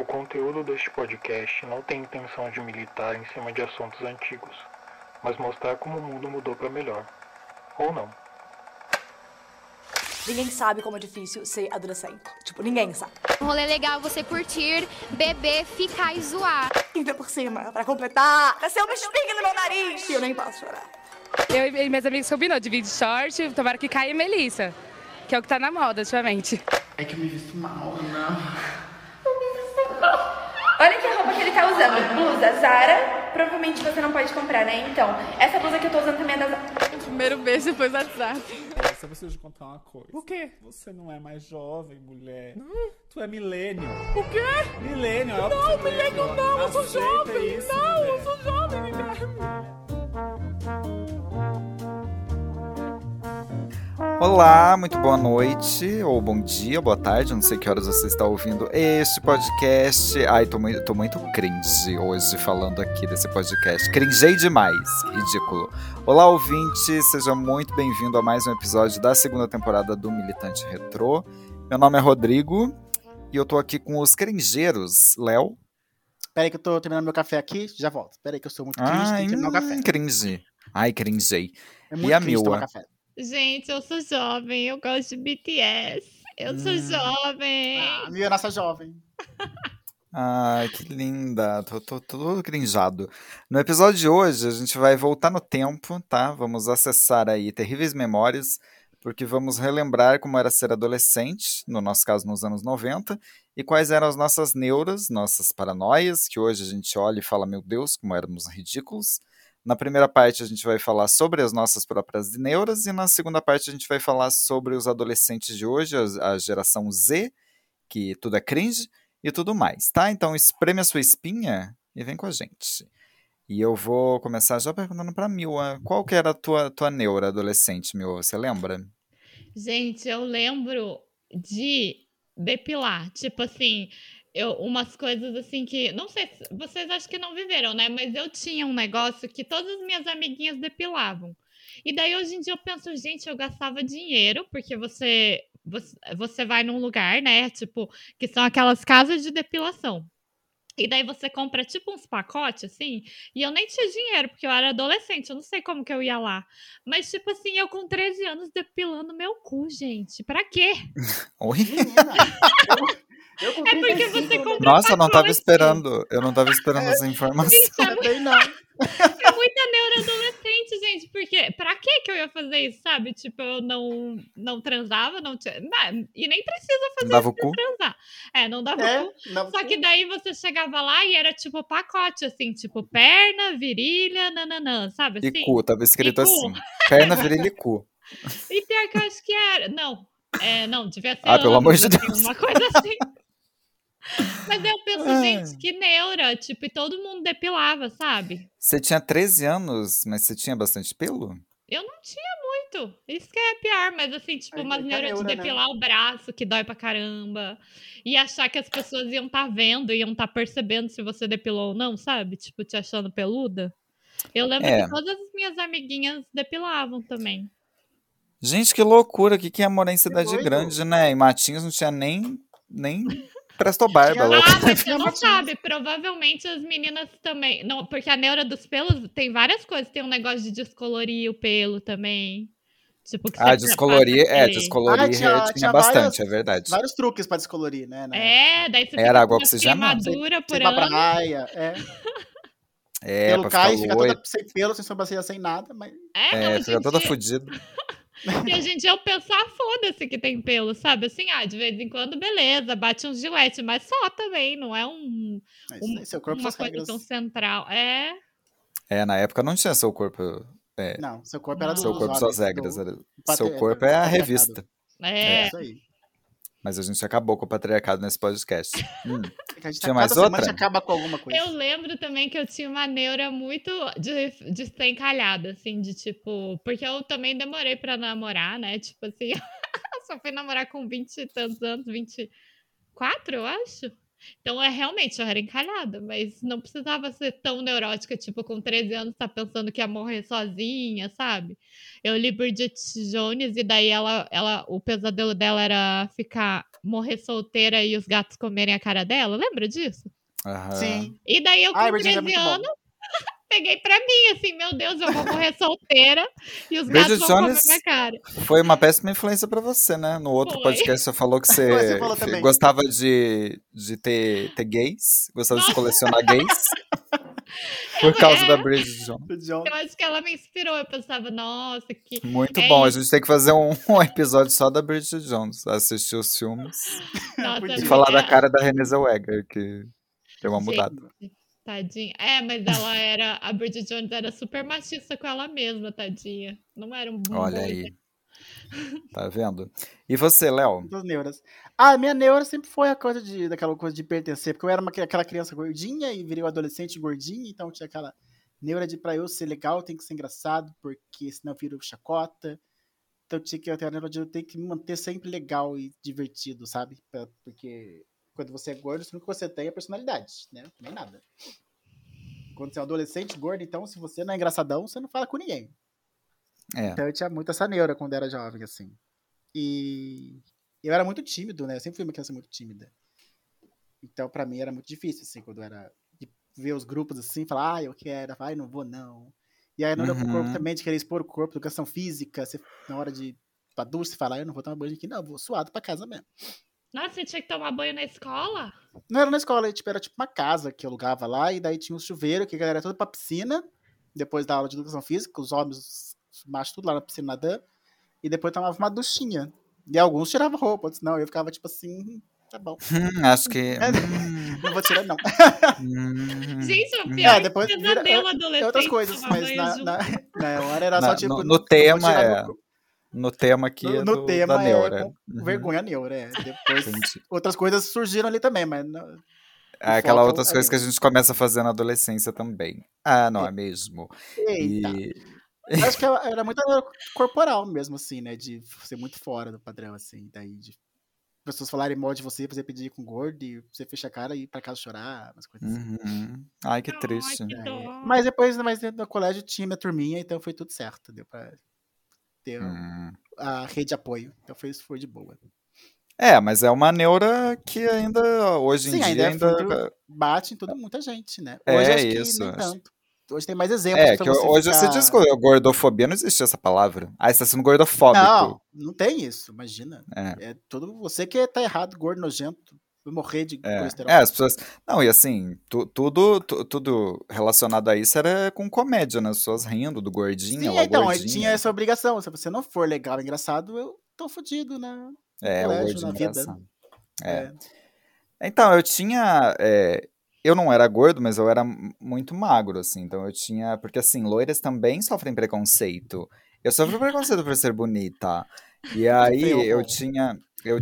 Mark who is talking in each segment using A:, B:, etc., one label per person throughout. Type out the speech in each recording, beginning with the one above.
A: O conteúdo deste podcast não tem intenção de militar em cima de assuntos antigos, mas mostrar como o mundo mudou para melhor. Ou não.
B: Ninguém sabe como é difícil ser adolescente. Tipo, ninguém sabe.
C: Um rolê legal é você curtir, beber, ficar e zoar.
B: Ainda por cima, pra completar, nasceu uma espinha no meu nariz e eu nem posso chorar.
D: Eu e minhas amigas combinou de vir de short, tomara que caia Melissa, que é o que tá na moda ultimamente.
E: É que eu me visto mal, não.
F: Olha que roupa que ele tá usando. Blusa Zara. Provavelmente você não pode comprar, né? Então, essa blusa que eu tô usando também é da Zara.
D: Primeiro beijo, depois WhatsApp.
E: Só preciso te contar uma coisa.
D: O quê?
E: Você não é mais jovem, mulher. Tu é millennial.
D: O quê?
E: Millennial.
D: Não, millennial não, eu sou
E: Aceita
D: jovem.
E: isso,
D: Não,
E: mulher.
D: eu sou jovem, Miguel.
G: Olá, muito boa noite, ou bom dia, boa tarde, não sei que horas você está ouvindo este podcast. Ai, tô muito cringe hoje falando aqui desse podcast. Cringei demais, ridículo. Olá, ouvinte, seja muito bem-vindo a mais um episódio da segunda temporada do Militante Retrô. Meu nome é Rodrigo e eu tô aqui com os cringeiros, Léo.
H: Peraí que eu tô terminando meu café aqui, já volto. Peraí que eu sou muito cringe, tem que terminar o café.
G: Cringe. Ai, cringei.
H: É muito
G: E a
H: cringe tomar
G: Mila?
H: café.
C: Gente, eu sou jovem, eu gosto de BTS. Eu sou jovem.
H: Ah, a Mil é nossa jovem.
G: Ai, que linda. Tô todo crinjado. No episódio de hoje, a gente vai voltar no tempo, tá? Vamos acessar aí terríveis memórias, porque vamos relembrar como era ser adolescente, no nosso caso nos anos 90, e quais eram as nossas neuras, nossas paranoias, que hoje a gente olha e fala, meu Deus, como éramos ridículos. Na primeira parte a gente vai falar sobre as nossas próprias neuras, e na segunda parte a gente vai falar sobre os adolescentes de hoje, a geração Z, que tudo é cringe, e tudo mais, tá? Então espreme a sua espinha e vem com a gente. E eu vou começar já perguntando pra Mila, qual que era a tua neura adolescente, Mila, você lembra?
C: Gente, eu lembro de depilar. Tipo assim, umas coisas assim que. Não sei se vocês acham que não viveram, né? Mas eu tinha um negócio que todas as minhas amiguinhas depilavam. E daí hoje em dia eu penso, gente, eu gastava dinheiro, porque você vai num lugar, né? Tipo, que são aquelas casas de depilação. E daí você compra tipo uns pacotes, assim, e eu nem tinha dinheiro, porque eu era adolescente, eu não sei como que eu ia lá. Mas, tipo assim, eu com 13 anos depilando meu cu, gente. Pra quê?
G: Oi?
H: Eu com
C: É porque
H: 35,
C: você
H: né?
C: compra
G: Nossa, eu não tava
C: pacote.
G: esperando. Eu não tava esperando essa informação.
C: Gente,
H: Também não.
C: é muita neura adolescente, gente. Porque pra que eu ia fazer isso, sabe? Tipo, eu não transava, não tinha. E nem precisa fazer
G: Dava o
C: isso pra
G: cu?
C: transar. Não dava
H: É,
C: cu.
H: não.
C: Só que daí você chegava lá e era tipo pacote, assim, tipo perna, virilha, nananã, sabe
G: E
C: assim?
G: cu, tava escrito
C: E cu.
G: assim. Perna, virilha e cu.
C: E pior que eu acho que era. Não, devia ser
G: Ah, pelo amor de
C: assim,
G: Deus.
C: uma coisa assim. Mas eu penso,
G: Ai.
C: gente, que neura. Tipo, e todo mundo depilava, sabe?
G: Você tinha 13 anos, mas você tinha bastante pelo?
C: Eu não tinha muito. Isso que é pior, mas assim, tipo,
H: É
C: umas
H: que é
C: neuras de
H: neura, né?
C: depilar o braço, que dói pra caramba. E achar que as pessoas iam estar vendo, iam estar percebendo se você depilou ou não, sabe? Tipo, te achando peluda. Eu lembro
G: É.
C: que todas as minhas amiguinhas depilavam também.
G: Gente, que loucura. O que é morar em cidade
H: doido.
G: grande, né? Em Matinhos não tinha nem Presto Barba.
H: Tinha-
G: Louca.
C: Mas você
H: Tinha
C: não
H: motivo.
C: sabe, provavelmente as meninas também. Não, porque a neura dos pelos tem várias coisas. Tem um negócio de descolorir o pelo também. Tipo, que você
G: Descolorir,
C: passa aquele...
G: descolorir tinha bastante, é verdade.
H: Vários truques pra descolorir, né?
C: Daí você
G: Era
C: fica
G: água
C: com uma
G: oxigenada.
C: queimadura por
H: Sem ir pra
C: ano.
H: praia,
G: É,
H: pelo
G: pra ficar
H: cai, fica
G: loiro.
H: toda sem pelo, sem sobrancelha, sem nada, mas...
C: Não,
G: Fica toda fodida.
C: E hoje em dia eu penso, foda-se que tem pelo, sabe? Assim, de vez em quando, beleza, bate um gilete, mas só também, não é
H: Seu corpo,
C: uma
H: suas
C: coisa
H: regras.
C: tão central.
G: Na época não tinha seu corpo.
H: Não, seu corpo era
C: Não.
H: dos
G: Seu corpo,
H: homens,
G: suas regras.
H: do
G: Seu
H: patri-
G: corpo
H: do
G: é a
H: patriarcado.
G: revista.
H: É isso aí.
G: Mas a gente acabou com o patriarcado nesse podcast.
H: A gente
G: Tinha
H: tá,
G: mais
H: cada semana
G: outra?
H: a gente acaba com alguma coisa.
C: Eu lembro também que eu tinha uma neura muito de ser encalhada, assim, de tipo... Porque eu também demorei pra namorar, né? Tipo assim, eu só fui namorar com 20 e tantos anos, 24, eu acho. Então, realmente, eu era encalhada, mas não precisava ser tão neurótica, tipo, com 13 anos, tá pensando que ia morrer sozinha, sabe? Eu li Bridget Jones e daí o pesadelo dela era morrer solteira e os gatos comerem a cara dela. Lembra disso?
H: Sim.
C: E daí eu, com
H: Ai, Bridget é
C: 13
H: muito bom.
C: anos, peguei pra mim, assim, meu Deus, eu vou morrer solteira e os
G: Bridget
C: gatos vão comer
G: Jones
C: minha cara.
G: foi uma péssima influência pra você, né? No outro
C: Foi.
G: podcast você falou que
H: Você
G: você
H: falou também.
G: gostava de ter gays, gostava de
C: Nossa.
G: colecionar gays, por causa da Bridget Jones.
H: O John.
C: Eu acho que ela me inspirou. Eu pensava, nossa, que.
G: Muito
C: é
G: bom, a
C: isso.
G: gente tem que fazer um episódio só da Bridget Jones, assistir os filmes
C: Nossa,
H: Podia.
G: e falar da
C: é-
G: cara da Renée Zellweger, que deu uma
C: Gente,
G: mudada.
C: Tadinha. Mas a Bridget Jones era super machista com ela mesma, tadinha. Não era um bom
G: Olha
C: boa
G: aí,
C: ideia.
G: tá vendo? E você, Léo?
H: Das neuras. Ah, minha neura sempre foi daquela coisa de pertencer, porque eu era aquela criança gordinha e virei um adolescente gordinho, então tinha aquela neura de pra eu ser legal, tem que ser engraçado, porque senão eu viro chacota. Então tinha que ter a neura de eu ter que me manter sempre legal e divertido, sabe? Porque quando você é gordo, o único que você tem é personalidade, né? Nem nada. Quando você é um adolescente gordo, então se você não é engraçadão, você não fala com ninguém.
G: É.
H: Então eu tinha muito essa neura quando era jovem, assim. E eu era muito tímido, né? Eu sempre fui uma criança muito tímida. Então, pra mim, era muito difícil, assim, quando eu era... de ver os grupos, assim, falar, eu quero, não vou, não. E aí, na hora do corpo também, de querer expor o corpo, educação física, na hora de pra dulce, você falar, eu não vou tomar banho aqui, não, eu vou suado pra casa mesmo.
C: Nossa, você tinha que tomar banho na escola?
H: Não era na escola, era tipo uma casa que eu alugava lá, e daí tinha um chuveiro, que a galera ia toda pra piscina, depois da aula de educação física, os homens, os machos, tudo lá na piscina nadando, e depois tomava uma duchinha. E alguns tiravam roupa, outros não, eu ficava tipo assim, tá bom.
G: Acho que...
H: Não vou tirar, não.
C: Gente, o pior
H: depois
C: pesadelo adolescente.
H: outras coisas,
C: tomar
H: mas
C: banho junto.
H: na hora era só tipo...
G: no tema, no tema aqui
H: no
G: é
H: tema
G: da neura.
H: com vergonha neura, Depois
G: Entendi.
H: outras coisas surgiram ali também, mas...
G: Aquelas outras
H: é
G: coisas que a gente começa a fazer na adolescência também. Ah, não é mesmo?
H: Eita. Eu acho que era muito corporal mesmo, assim, né? De ser muito fora do padrão, assim. Daí de pessoas falarem mal de você pedir com gordo e você fecha a cara e ir pra casa chorar, umas coisas assim.
G: Ai, que triste.
C: Que dó.
H: Mas depois, no colégio tinha minha turminha, então foi tudo certo. Deu pra ter a rede de apoio. Então foi de boa.
G: Mas é uma neura que ainda, hoje em dia, ainda...
H: bate em muita gente, né? Hoje acho que nem tanto. Hoje tem mais exemplos pra
G: que
H: você
G: hoje
H: ficar...
G: você diz que gordofobia não existe essa palavra. Você tá sendo gordofóbico.
H: Não tem isso, imagina. É tudo você que tá errado, gordo, nojento, vai morrer de colesterol.
G: As pessoas... Não, e assim, tudo relacionado a isso era com comédia, né? As pessoas rindo do gordinho,
H: Sim, então, eu tinha essa obrigação. Se você não for legal e engraçado, eu tô fudido, né?
G: O
H: colégio,
G: gordinho
H: na vida.
G: engraçado. Então, eu tinha... eu não era gordo, mas eu era muito magro, assim. Então eu tinha... Porque, assim, loiras também sofrem preconceito. Eu sofro preconceito por ser bonita. E aí eu tinha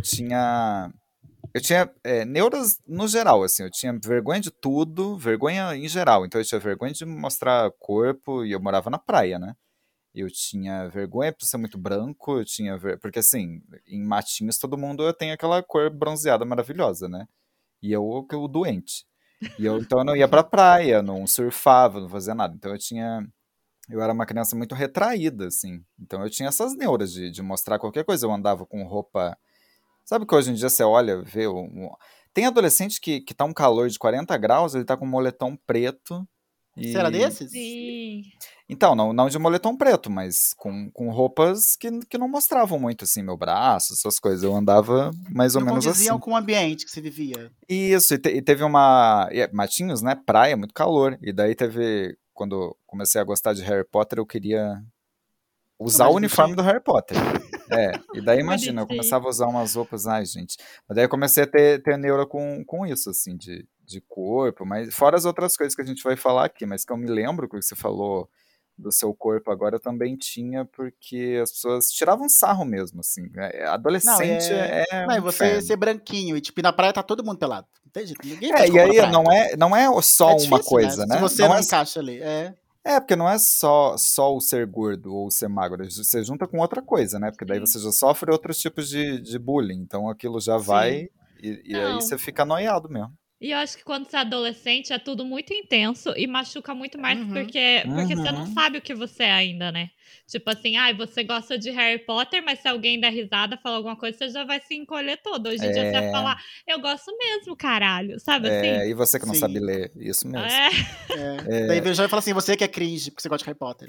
G: neuras no geral, assim. Eu tinha vergonha de tudo, vergonha em geral. Então eu tinha vergonha de mostrar corpo e eu morava na praia, né? Eu tinha vergonha por ser muito branco, porque assim, em Matinhos todo mundo tem aquela cor bronzeada maravilhosa, né? E eu doente. Então eu não ia pra praia, não surfava, não fazia nada. Então eu era uma criança muito retraída, assim. Então eu tinha essas neuras de mostrar qualquer coisa. Eu andava com roupa... Sabe que hoje em dia você olha, vê... Tem adolescente que tá um calor de 40 graus, ele tá com um moletom preto.
H: Você era desses?
C: Sim.
G: Então, não de moletom preto, mas com roupas que não mostravam muito, assim, meu braço, essas coisas. Eu andava mais ou menos assim.
H: Não condiziam com o ambiente que você vivia.
G: Isso, e teve Matinhos, né, praia, muito calor. E daí quando comecei a gostar de Harry Potter, eu queria usar o uniforme do Harry Potter. E daí imagina, eu começava a usar umas roupas, ai gente. Mas daí eu comecei a ter neura com isso, assim, de corpo, mas fora as outras coisas que a gente vai falar aqui, mas que eu me lembro que você falou do seu corpo agora, eu também tinha, porque as pessoas tiravam sarro mesmo, assim. Adolescente
H: Não, e você ser branquinho, e tipo, na praia tá todo mundo pelado. Entende? Ninguém
G: e aí não é só
H: difícil,
G: uma coisa, né?
H: Se você não encaixa ali,
G: porque não é só o ser gordo ou ser magro, você junta com outra coisa, né? Porque daí você já sofre outros tipos de bullying, então aquilo já vai e aí você fica noiado mesmo.
C: E eu acho que quando você é adolescente é tudo muito intenso e machuca muito mais porque você não
G: Uhum.
C: sabe o que você é ainda, né? Tipo assim, você gosta de Harry Potter, mas se alguém der risada, falar alguma coisa, você já vai se encolher todo. Hoje em dia você vai
G: É,
C: falar, eu gosto mesmo, caralho. Sabe assim?
G: e você que não sabe
H: Sim.
G: ler, isso mesmo.
H: Daí veio já e fala assim, você que é cringe, porque você gosta de Harry Potter.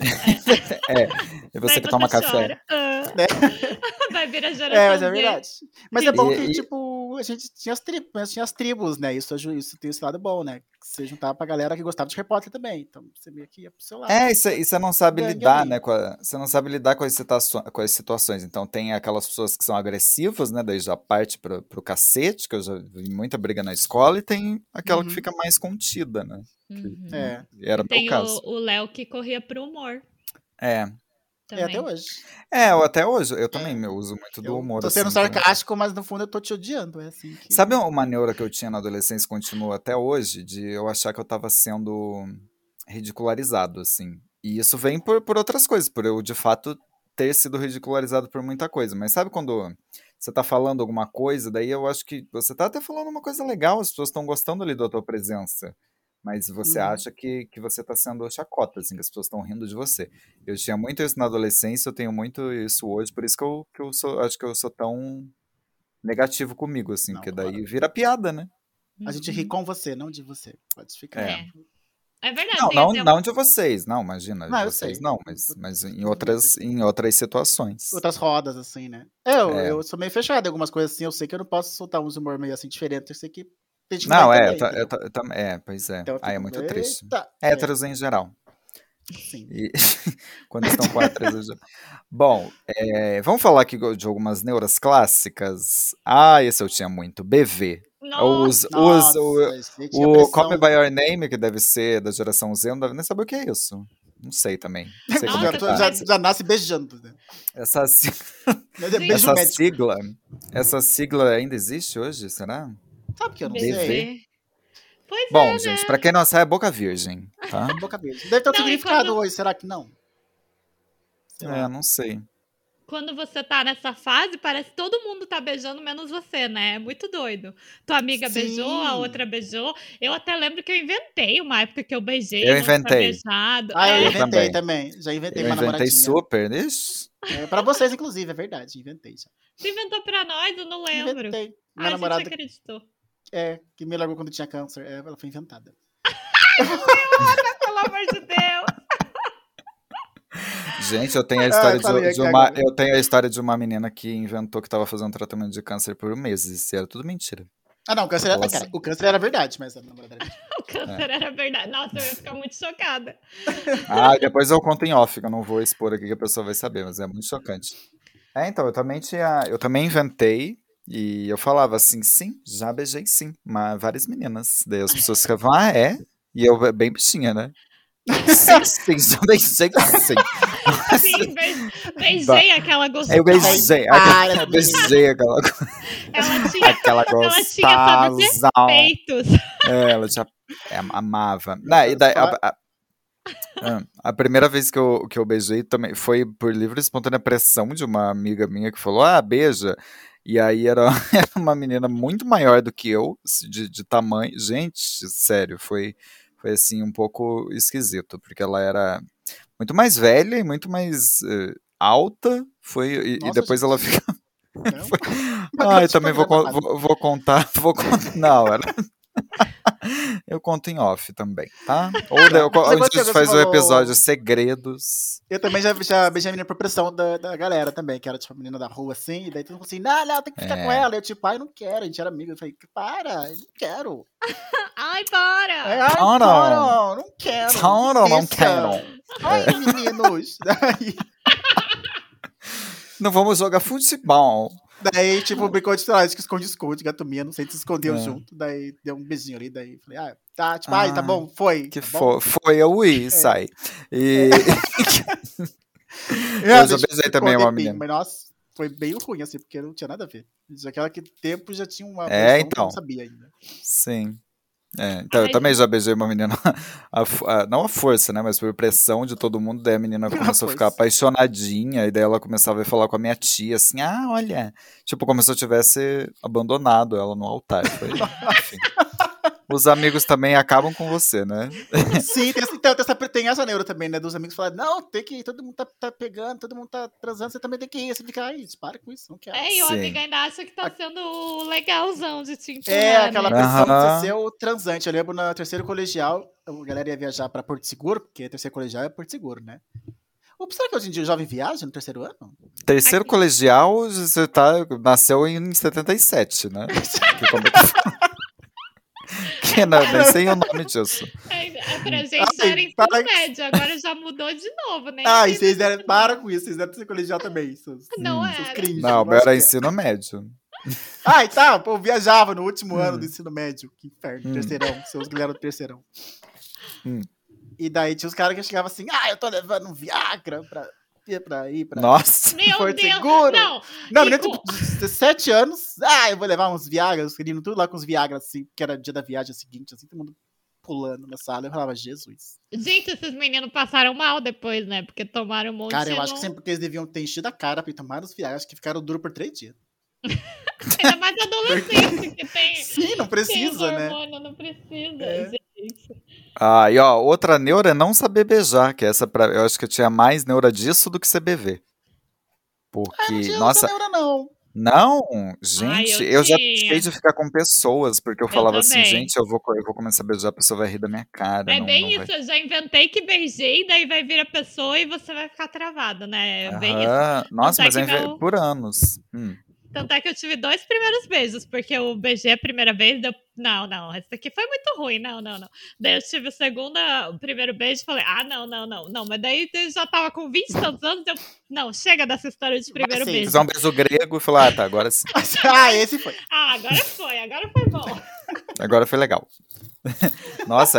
G: E você
C: Daí
G: que toma café.
C: chora.
H: Né?
C: Vai vir a
H: Mas
C: geração
H: é
C: Z.
H: verdade. Mas é bom que,
G: E-
H: tipo, a gente tinha as tribos, né? Isso tem esse lado bom, né? Que você juntava pra galera que gostava de Harry Potter também. Então, você meio que ia pro seu lado.
G: E você não sabe
H: Gangue
G: lidar,
H: ali.
G: né? Você não sabe lidar com com as situações. Então tem aquelas pessoas que são agressivas, né? Daí já parte pro cacete, que eu já vi muita briga na escola, e tem aquela que fica mais contida, né?
C: Uhum.
H: É.
G: Era
C: E
G: o meu
C: tem
G: caso.
C: o Léo que corria pro humor
G: É,
C: também.
H: Até hoje.
G: até hoje, eu também me uso muito do
H: Eu
G: humor.
H: tô sendo
G: assim, pra-
H: sarcástico, mas no fundo eu tô te odiando. É assim que...
G: Sabe uma neura que eu tinha na adolescência e continua até hoje, de eu achar que eu tava sendo ridicularizado, assim. E isso vem por outras coisas, por eu, de fato, ter sido ridicularizado por muita coisa. Mas sabe quando você tá falando alguma coisa, daí eu acho que você tá até falando uma coisa legal, as pessoas estão gostando ali da tua presença. Mas você acha que você tá sendo chacota, assim, que as pessoas estão rindo de você. Eu tinha muito isso na adolescência, eu tenho muito isso hoje, por isso que eu sou, acho que eu sou tão negativo comigo, assim,
H: Não,
G: porque daí
H: claro.
G: vira piada, né?
H: A gente ri com você, não de você. Pode ficar.
C: É verdade.
G: Não,
C: tem
G: não,
C: até uma-
G: não de vocês, não, imagina,
H: Não,
G: de
H: eu
G: vocês
H: sei.
G: não, mas em outras situações.
H: Outras rodas, assim, né? Eu sou meio fechado em algumas coisas assim. Eu sei que eu não posso soltar uns humor meio assim diferente. Eu sei que tem gente que
G: Não,
H: vai
G: eu
H: entender,
G: ta-
H: entendeu?
G: eu ta- pois é.
H: Então eu
G: É
H: fico,
G: muito triste.
H: eita,
G: Héteros em geral.
H: sim.
G: E quando estão com héteros. Bom, vamos falar aqui de algumas neuras clássicas. Esse eu tinha muito. BV.
C: Nossa,
H: Nossa, gente, tinha
G: O Call Me
H: pressão.
G: By Your Name, que deve ser da geração Z, não deve nem saber o que é isso. Não sei também. Não sei como é
C: Nossa,
G: que tá.
H: já nasce beijando, né?
G: Essa, si-
H: Beijo
G: essa
H: médico.
G: sigla, essa sigla ainda existe hoje, será?
H: Sabe que eu não
G: BV?
H: sei?
C: Pois
G: Bom, gente, pra quem não sabe, é boca virgem, tá?
H: Boca beijo. Deve ter um
C: Não, e
H: significado
C: quando-
H: hoje, será que não? Sei lá.
G: Não sei.
C: Quando você tá nessa fase, parece que todo mundo tá beijando, menos você, né? É muito doido. Tua amiga
H: Sim.
C: beijou, a outra beijou. Eu até lembro que eu inventei uma época que eu beijei.
G: Eu
C: não tinha
G: inventei.
C: beijado.
H: Eu
G: Eu
H: inventei
G: também.
H: também. Já inventei
G: Eu
H: uma
G: inventei
H: namoradinha.
G: super. Ixi.
H: Pra vocês, inclusive, é verdade. Inventei já.
C: Você inventou pra nós? Eu não lembro.
H: Inventei.
C: A
H: Minha
C: gente
H: namorada
C: acreditou.
H: que me largou quando tinha câncer. Ela foi inventada.
C: Pelo amor de Deus.
G: Gente, eu tenho a história
H: falei
G: de
H: aqui
G: uma,
H: agora.
G: eu tenho a história de uma menina que inventou que tava fazendo tratamento de câncer por meses. Isso era tudo mentira.
H: Não, o câncer era.
G: Nossa.
H: Cara, o câncer era verdade, mas a namorada era mentira.
C: O câncer era verdade. Nossa, eu ia ficar muito chocada.
G: Depois eu conto em off, que eu não vou expor aqui que a pessoa vai saber, mas é muito chocante. Então, eu também inventei e eu falava assim, sim, já beijei sim, várias meninas. Daí as pessoas ficavam, é? E eu, bem bichinha, né? Sim, já beijei sim.
C: Sim, beijei aquela gostosa.
G: Eu beijei,
H: Para,
G: beijei aquela
C: Ela tinha,
G: aquela
C: ela tinha só dos
G: gostosão.
C: peitos.
G: Ela já amava. E daí, a primeira vez que eu beijei também foi por livre e espontânea pressão de uma amiga minha que falou, beija. E aí era uma menina muito maior do que eu, de tamanho. Gente, sério, foi assim um pouco esquisito, porque ela era muito mais velha e muito mais alta. E
H: Nossa,
G: depois
H: gente.
G: ela fica.
H: Não.
G: Eu também vou contar. Não, eu conto em off também, tá? Ou a gente faz o episódio Segredos.
H: Eu também já beijei a menina por pressão da galera também, que era tipo a menina da rua assim, e daí todo mundo assim, não, tem que ficar com ela. Eu tipo, não quero, a gente era amigo. Eu falei, para, eu não quero.
C: Ai, para!
H: Para, não quero.
G: Não quero.
H: Ai, meninos.
G: Não vamos jogar futebol.
H: Daí, tipo, brincou de esconde-esconde, gato minha, não sei se escondeu junto. Daí deu um beijinho ali, daí falei, tá, tipo, tá bom, foi.
G: Que
H: tá bom?
G: foi eu sai. E eu já beijei também uma menina.
H: Mas, nossa, foi bem ruim, assim, porque não tinha nada a ver. Naquela tempo já tinha uma versão que eu
G: então.
H: não sabia ainda.
G: Sim. Então, eu também já beijei uma menina, não a força, né, mas por pressão de todo mundo, daí a menina começou a ficar apaixonadinha, e daí ela começava a falar com a minha tia, assim, olha, tipo, como se eu tivesse abandonado ela no altar, enfim. Os amigos também acabam com você, né?
H: Sim, tem essa neura também, né? Dos amigos falarem, não, tem que ir, todo mundo tá pegando, todo mundo tá transando, você também tem que ir. Você fica, ai, para com isso, não quero.
C: E o
G: Sim.
C: amigo ainda acha que tá sendo legalzão de te empurrar,
H: É, aquela
C: né?
H: pressão de
G: Aham.
H: você ser o transante. Eu lembro no terceiro colegial, a galera ia viajar pra Porto Seguro, porque terceiro colegial é Porto Seguro, né? Será que hoje em dia o jovem viaja no terceiro ano?
G: Terceiro
C: Aqui.
G: colegial, você nasceu em 77, né? Que como é que não, nem sei o nome disso.
C: Pra gente
H: Ai,
C: era ensino
H: para-
C: médio, agora já mudou de novo, né?
H: Ah, e vocês eram. Para com isso, vocês eram terceiro colegial também. Seus
C: Não
H: seus
C: era.
H: cringe,
G: Não, o
H: eu
G: meu
H: acho
G: era
H: que é.
G: ensino médio.
H: Ai, tá, pô, eu viajava no último ano do ensino médio. Que inferno, terceirão, seus galera do terceirão.
G: Hum.
H: E daí tinha os caras que chegavam assim, eu tô levando um Viagra pra ir pra
G: Nossa.
C: Meu
H: Porto
C: Deus!
H: Seguro.
C: Não!
H: Não,
C: e
H: menino,
C: com-
H: tipo, 17 anos, eu vou levar uns Viagra, os queridos tudo lá com os Viagra, assim, que era dia da viagem seguinte, assim, todo mundo pulando na sala. Eu falava, Jesus.
C: Gente, esses meninos passaram mal depois, né? Porque tomaram um monte
H: Cara,
C: de
H: eu acho que
C: não-
H: sempre porque eles deviam ter enchido a cara pra ir tomar os Viagra, acho que ficaram duros por 3 dias.
C: Ainda mais adolescente que tem.
H: Sim, não precisa,
C: tem
H: né?
C: hormônio, não precisa,
H: É.
C: gente.
G: Ah, e ó, outra neura é não saber beijar, que essa eu acho que eu tinha mais neura disso do que CBV.
H: Não
G: Porque,
H: tinha
G: nossa,
H: essa neura, não.
G: não, gente, eu já
C: tinha.
G: deixei de ficar com pessoas, porque eu falava assim,
C: também.
G: gente, eu vou começar a beijar, a pessoa vai rir da minha cara.
C: É
G: não,
C: bem
G: não
C: isso,
G: vai...
C: eu já inventei que beijei, daí vai vir a pessoa e você vai ficar travado, né? É bem isso.
G: Aham. Nossa,
C: Tanto
G: mas
C: é que meu-
G: por anos.
C: Tanto é que eu tive 2 primeiros beijos, porque eu beijei a primeira vez, deu... Não, esse aqui foi muito ruim, não. Daí eu tive o primeiro beijo e falei, não, mas daí eu já tava com 20 e tantos anos, não, chega dessa história de primeiro
H: sim,
C: beijo.
G: Fiz um beijo grego e falei, tá, agora sim.
H: Esse foi.
C: Agora foi bom.
G: Agora foi legal. Nossa,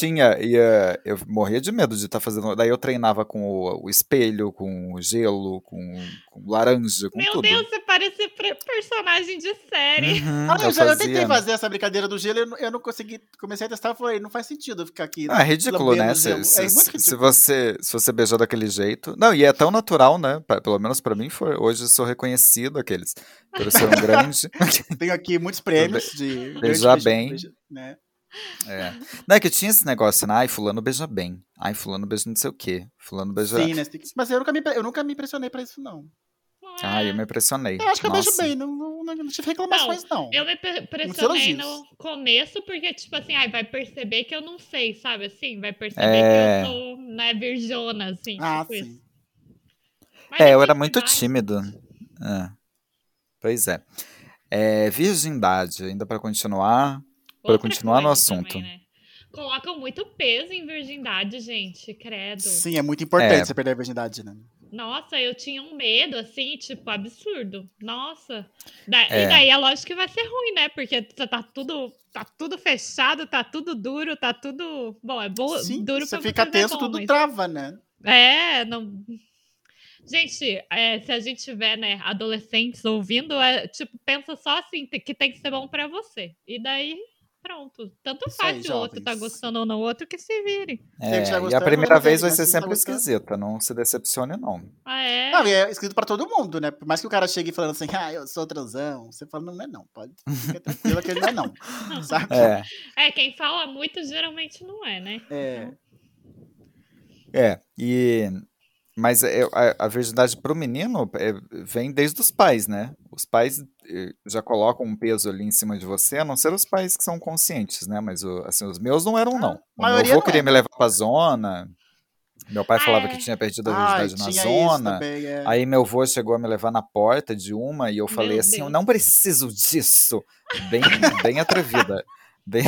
G: eu morria de medo de estar fazendo. Daí eu treinava com o espelho, com o gelo, com laranja, com
C: Meu
G: tudo.
C: Deus, você parece personagem de série.
G: Uhum,
H: Eu tentei fazer essa brincadeira do gelo, eu não consegui. Comecei a testar e falei, não faz sentido eu ficar aqui.
G: É ridículo,
H: lambendo
G: né?
H: o gelo. É muito
G: Se
H: ridículo.
G: você beijar daquele jeito. Não, e é tão natural, né? Pelo menos pra mim foi. Hoje eu sou reconhecido por ser um grande.
H: Tenho aqui muitos prêmios de
G: Beijar bem.
H: né?
G: É. Não, é que tinha esse negócio, né? Ai, fulano beija bem. Ai, fulano beija não sei o quê. Fulano beija.
H: Sim, né? Mas eu nunca me impressionei pra isso, não.
G: Ai, eu me impressionei.
H: Eu acho que eu beijo
G: Nossa.
H: bem, não tive reclamações, não.
C: Eu me
H: Muitos
C: pressionei
H: elogios.
C: no começo, porque, tipo assim, vai perceber que eu não sei, sabe? Assim, vai perceber
G: É.
C: que eu sou, né, virgona, assim, tipo
H: Sim.
C: isso. Mas
G: Eu
C: depois
G: era
C: que
G: muito
C: vai-
G: tímido. Pois é. Virgindade, ainda pra continuar. Pra
C: Outra
G: continuar no
C: coisa
G: assunto.
C: também, né? Colocam muito peso em virgindade, gente, credo.
H: Sim, é muito importante
G: É.
H: você perder a virgindade, né?
C: Nossa, eu tinha um medo, assim, tipo, absurdo. Nossa. E
G: É.
C: daí é lógico que vai ser ruim, né? Porque tá tudo fechado, tá tudo duro, tá tudo... Bom, é
H: Sim,
C: duro
H: você
C: pra
H: fica
C: vocês, é
H: tenso,
C: bom,
H: tudo
C: mas-
H: trava, né?
C: não... Gente, se a gente tiver, né, adolescentes ouvindo, tipo, pensa só assim, que tem que ser bom pra você. E daí, pronto. Tanto
H: Isso
C: faz
H: aí,
C: se o outro tá
H: jovens.
C: gostando ou não, o outro que se vire.
H: Se ele estiver
G: E a
H: gostando,
G: primeira
H: vamos ver,
G: vez vai
H: mas
G: ser
H: se ele tá
G: sempre
H: gostando-
G: esquisita, não se decepcione, não.
C: Ah, é?
H: Não, e é escrito pra todo mundo, né? Por mais que o cara chegue falando assim, eu sou transão, você fala, não é não, pode ficar tranquilo que ele não é não, sabe?
C: Quem fala muito geralmente não é, né?
G: Mas a virgindade pro menino vem desde os pais, né? Os pais já colocam um peso ali em cima de você, a não ser os pais que são conscientes, né? Mas assim, os meus não eram, não. O meu
H: maioria
G: avô
H: não
G: queria
H: é.
G: me levar pra zona. Meu pai falava que tinha perdido a virgindade na
H: tinha isso
G: zona.
H: também,
G: Aí meu avô chegou a me levar na porta de uma e eu falei
C: Meu
G: assim, eu
C: Deus.
G: não preciso disso. Bem atrevida. Bem...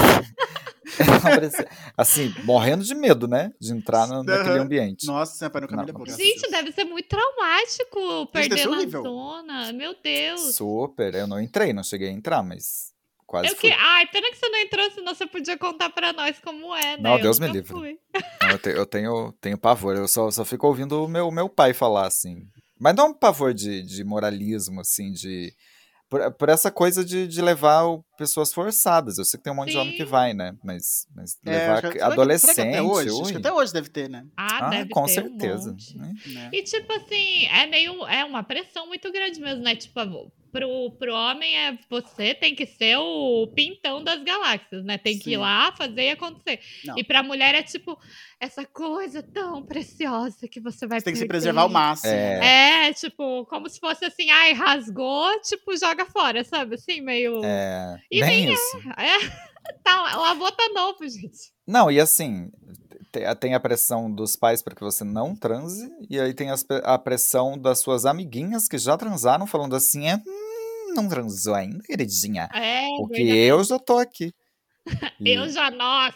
G: assim, morrendo de medo, né? De entrar naquele ambiente.
H: Nossa, meu pai nunca me
G: Não,
H: levou. graças a
C: Gente,
H: Deus.
C: deve ser muito traumático perder
H: deve ser
C: na
H: horrível.
C: zona. Meu Deus.
G: Super, eu não entrei, não cheguei a entrar, mas quase fui.
C: Ai, pena que você não entrou, senão você podia contar pra nós como é, né?
G: Não,
C: Eu
G: Deus me
C: nunca
G: livre.
C: fui.
G: Não, eu tenho pavor, eu só fico ouvindo o meu pai falar, assim. Mas não um pavor de moralismo, assim, por essa coisa de levar pessoas forçadas. Eu sei que tem um monte de homem que
C: Sim.
G: vai, né? Mas levar
H: será que
G: adolescente,
H: até hoje? Acho
G: ui.
H: que até hoje deve ter, né?
C: Deve
G: com
C: ter
G: certeza.
C: um monte.
G: Né?
H: Né?
C: E tipo assim, é uma pressão muito grande mesmo, né? Tipo, pro homem você tem que ser o pintão das galáxias, né? Tem que ir lá, fazer e acontecer.
H: Não.
C: E pra mulher é tipo, essa coisa tão preciosa que você vai
H: Você tem que se
C: perder.
H: preservar ao máximo. né?
C: Tipo, como se fosse assim, ai, rasgou, tipo, joga fora, sabe? Assim, meio... E
G: bem
C: nem
G: isso.
C: Tá, o avô tá novo, gente.
G: Não, e assim, tem a pressão dos pais para que você não transe, e aí tem a pressão das suas amiguinhas que já transaram, falando assim, não transou ainda, queridinha, porque
C: verdade.
G: eu já tô aqui.
C: Eu já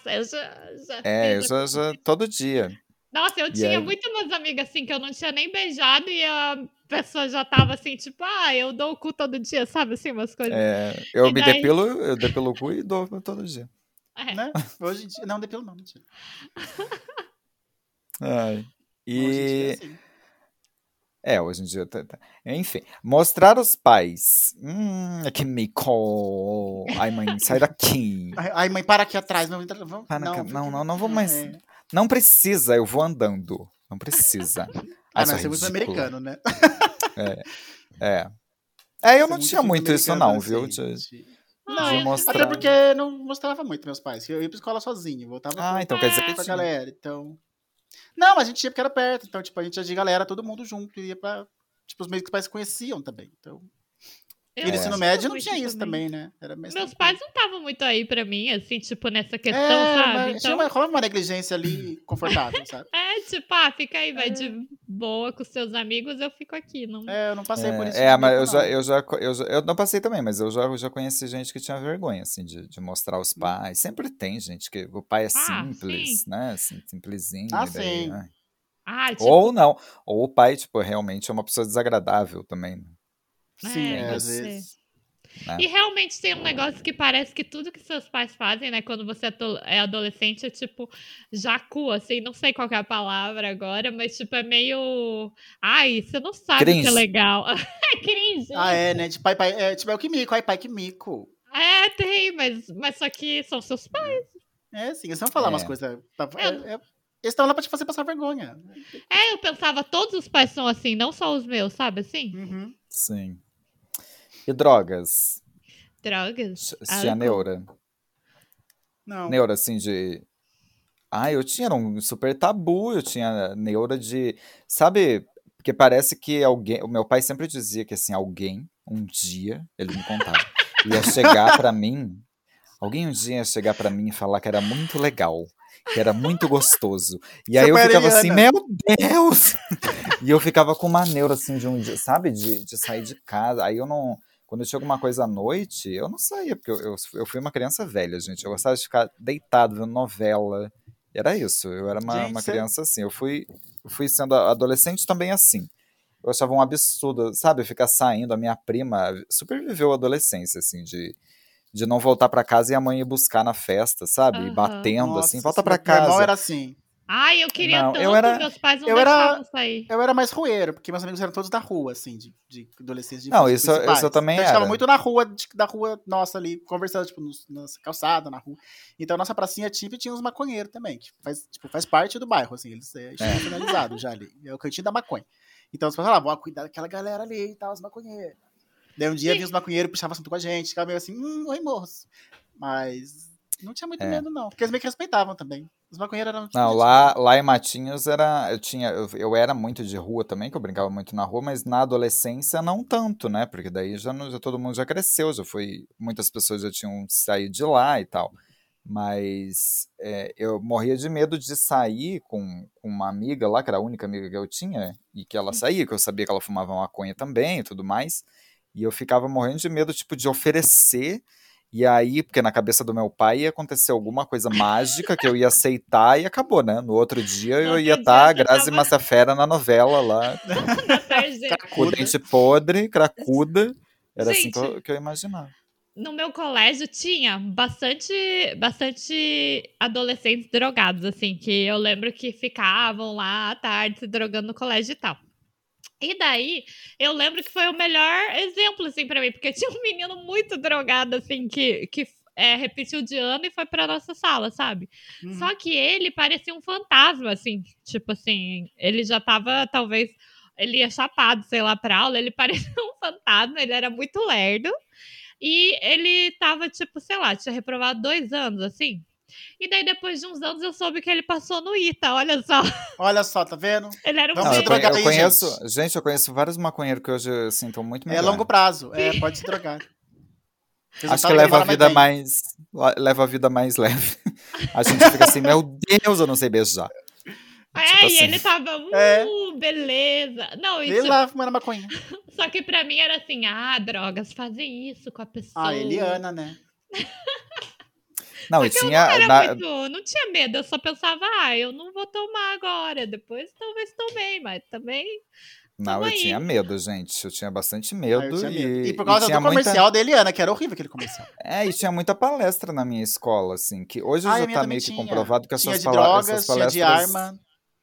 G: Eu já todo dia.
C: Nossa, eu
G: E
C: tinha
G: aí-
C: muito umas amigas assim que eu não tinha nem beijado e a pessoa já tava assim, tipo, eu dou o cu todo dia, sabe? Assim, umas coisas.
G: Eu
C: E
G: me
C: daí-
G: eu depilo o cu e dou todo dia.
H: Né? Hoje em dia. Não, depilo não, mentira.
G: Ai.
H: Hoje em dia,
G: E
H: assim.
G: hoje em dia enfim, mostrar os pais. Que mico. Ai, mãe, sai daqui.
H: Ai, mãe, para aqui atrás. Vamos, vamos,
G: Não vou mais. Não precisa, eu vou andando. Não precisa.
H: Ah,
G: isso
H: não,
G: é
H: você é muito
G: ridículo.
H: americano, né?
G: Eu não
H: Você é
G: tinha
H: muito
G: muito isso
H: americano
G: não, viu?
H: adolescente.
G: De
H: Não,
G: mostrar.
H: até porque não mostrava muito meus pais. Eu ia pra escola sozinho, voltava
G: Então quer dizer que
H: com a
G: tinha.
H: galera. Então. Não, mas a gente ia porque era perto. Então, tipo, a gente ia de galera, todo mundo junto. Ia pra. Tipo, os meios que os pais se conheciam também. Então. E no ensino médio não tinha isso também, né? Era mais
C: Meus
H: tranquilo.
C: pais não estavam muito aí pra mim, assim, tipo, nessa questão, sabe?
H: Mas tinha uma negligência ali confortável, sabe?
C: Tipo, fica aí, vai de boa com seus amigos, eu fico aqui. Não...
H: Eu não passei por isso.
G: Mas eu não passei também, mas eu já conheci gente que tinha vergonha, assim, de mostrar os pais. Sempre tem gente que o pai é simples,
C: sim.
G: né? Assim, simplesinho.
H: Sim.
C: Tipo...
G: Ou não. Ou o pai, tipo, realmente é uma pessoa desagradável também. Né?
H: Sim, às vezes.
G: Né?
C: E realmente tem um negócio que parece que tudo que seus pais fazem, né, quando você é adolescente, é tipo jacu, assim, não sei qual que é a palavra agora, mas tipo, é meio... Ai, você não sabe o que é legal. É cringe.
H: Né? De pai, tipo, é o que mico, pai que mico.
C: Tem, mas só que são seus pais.
H: Sim, eles vão falar umas coisas... Eles estão lá pra te fazer passar vergonha.
C: Eu pensava, todos os pais são assim, não só os meus, sabe assim?
H: Uhum.
G: Sim. E drogas?
C: Drogas?
G: Tinha neura?
H: Não.
G: Neura, assim, de... eu tinha um super tabu, eu tinha neura de... Sabe, porque parece que alguém... O meu pai sempre dizia que, assim, alguém, um dia, ele me contava, ia chegar pra mim... Alguém um dia ia chegar pra mim e falar que era muito legal, que era muito gostoso. E aí eu ficava assim, meu Deus! E eu ficava com uma neura, assim, de um dia, sabe? De sair de casa. Aí eu não... Quando tinha alguma coisa à noite, eu não saía, porque eu fui uma criança velha, gente. Eu gostava de ficar deitado, vendo novela. Era isso, eu era uma criança assim. Eu fui sendo adolescente também assim. Eu achava um absurdo, sabe? Ficar saindo. A minha prima super viveu a adolescência, assim, de não voltar pra casa e a mãe ir buscar na festa, sabe? E batendo, assim, volta pra casa.
H: Meu irmão era assim.
C: Eu queria tanto, meus pais não deixavam sair.
H: Eu era mais rueiro, porque meus amigos eram todos da rua, assim, de adolescentes.
G: Não, isso eu também
H: então,
G: era.
H: Eu ficava muito na rua, da rua nossa ali, conversando, tipo, na calçada, na rua. Então, nossa pracinha tipo tinha uns maconheiros também, que faz parte do bairro, assim, eles institucionalizados já ali. É o cantinho da maconha. Então, você fala, vou cuidar daquela galera ali e tal, os maconheiros. Daí um dia vinha os maconheiros, puxavam assunto com a gente, ficava meio assim, oi, moço. Mas não tinha muito medo, não, porque eles meio que respeitavam também. Os maconheiros eram...
G: Não, lá em Matinhos eu era muito de rua também, que eu brincava muito na rua, mas na adolescência não tanto, né? Porque daí já todo mundo já cresceu, muitas pessoas já tinham saído de lá e tal. Mas eu morria de medo de sair com uma amiga lá, que era a única amiga que eu tinha, e que ela saía, que eu sabia que ela fumava maconha também e tudo mais. E eu ficava morrendo de medo, tipo, de oferecer. E aí, porque na cabeça do meu pai ia acontecer alguma coisa mágica que eu ia aceitar e acabou, né? No outro dia eu ia estar a Grazi Massafera na novela lá. Com o dente podre, cracuda. Era assim que eu imaginava.
C: No meu colégio tinha bastante adolescentes drogados, assim, que eu lembro que ficavam lá à tarde se drogando no colégio e tal. E daí, eu lembro que foi o melhor exemplo, assim, pra mim, porque tinha um menino muito drogado, assim, que repetiu de ano e foi pra nossa sala, sabe?
H: Uhum.
C: Só que ele parecia um fantasma, assim, tipo assim, ele já tava, talvez... ele ia chapado, sei lá, pra aula, ele parecia um fantasma, ele era muito lerdo. E ele tava, tipo, sei lá, tinha reprovado 2 anos, assim. E daí, depois de uns anos, eu soube que ele passou no ITA, olha só.
H: Olha só, tá vendo?
C: Ele era um
H: Vamos
G: Não,
H: se
G: eu,
H: drogar
G: eu
H: aí,
G: conheço,
H: gente.
G: gente, eu conheço vários maconheiros que hoje assim, estão muito
H: É
G: melhor.
H: longo prazo. Pode se drogar.
G: Acho que leva a vida mais leve. A gente fica assim, meu Deus, eu não sei beijar. Tipo
C: E
G: assim.
C: ele tava,
H: É.
C: beleza. Não,
H: Sei lá, fumando maconha.
C: só que pra mim era assim, drogas fazem isso com a pessoa.
H: Eliana, né?
G: Não,
C: Só
G: e
C: que eu
G: tinha.
C: não tinha medo, eu só pensava, eu não vou tomar agora, depois talvez tomei, mas também...
G: Não,
C: tamo
G: eu
C: aí.
G: tinha medo, gente. Eu tinha bastante
H: Eu
G: medo.
H: tinha medo. E por
G: e
H: causa
G: tinha
H: do comercial da Eliana, que era horrível aquele comercial.
G: E tinha muita palestra na minha escola, assim, que hoje
H: A
G: já
H: minha
G: tá
H: também
G: meio que
H: tinha.
G: comprovado que
H: Tinha
G: essas
H: de drogas,
G: essas
H: tinha
G: palestras.
H: de arma.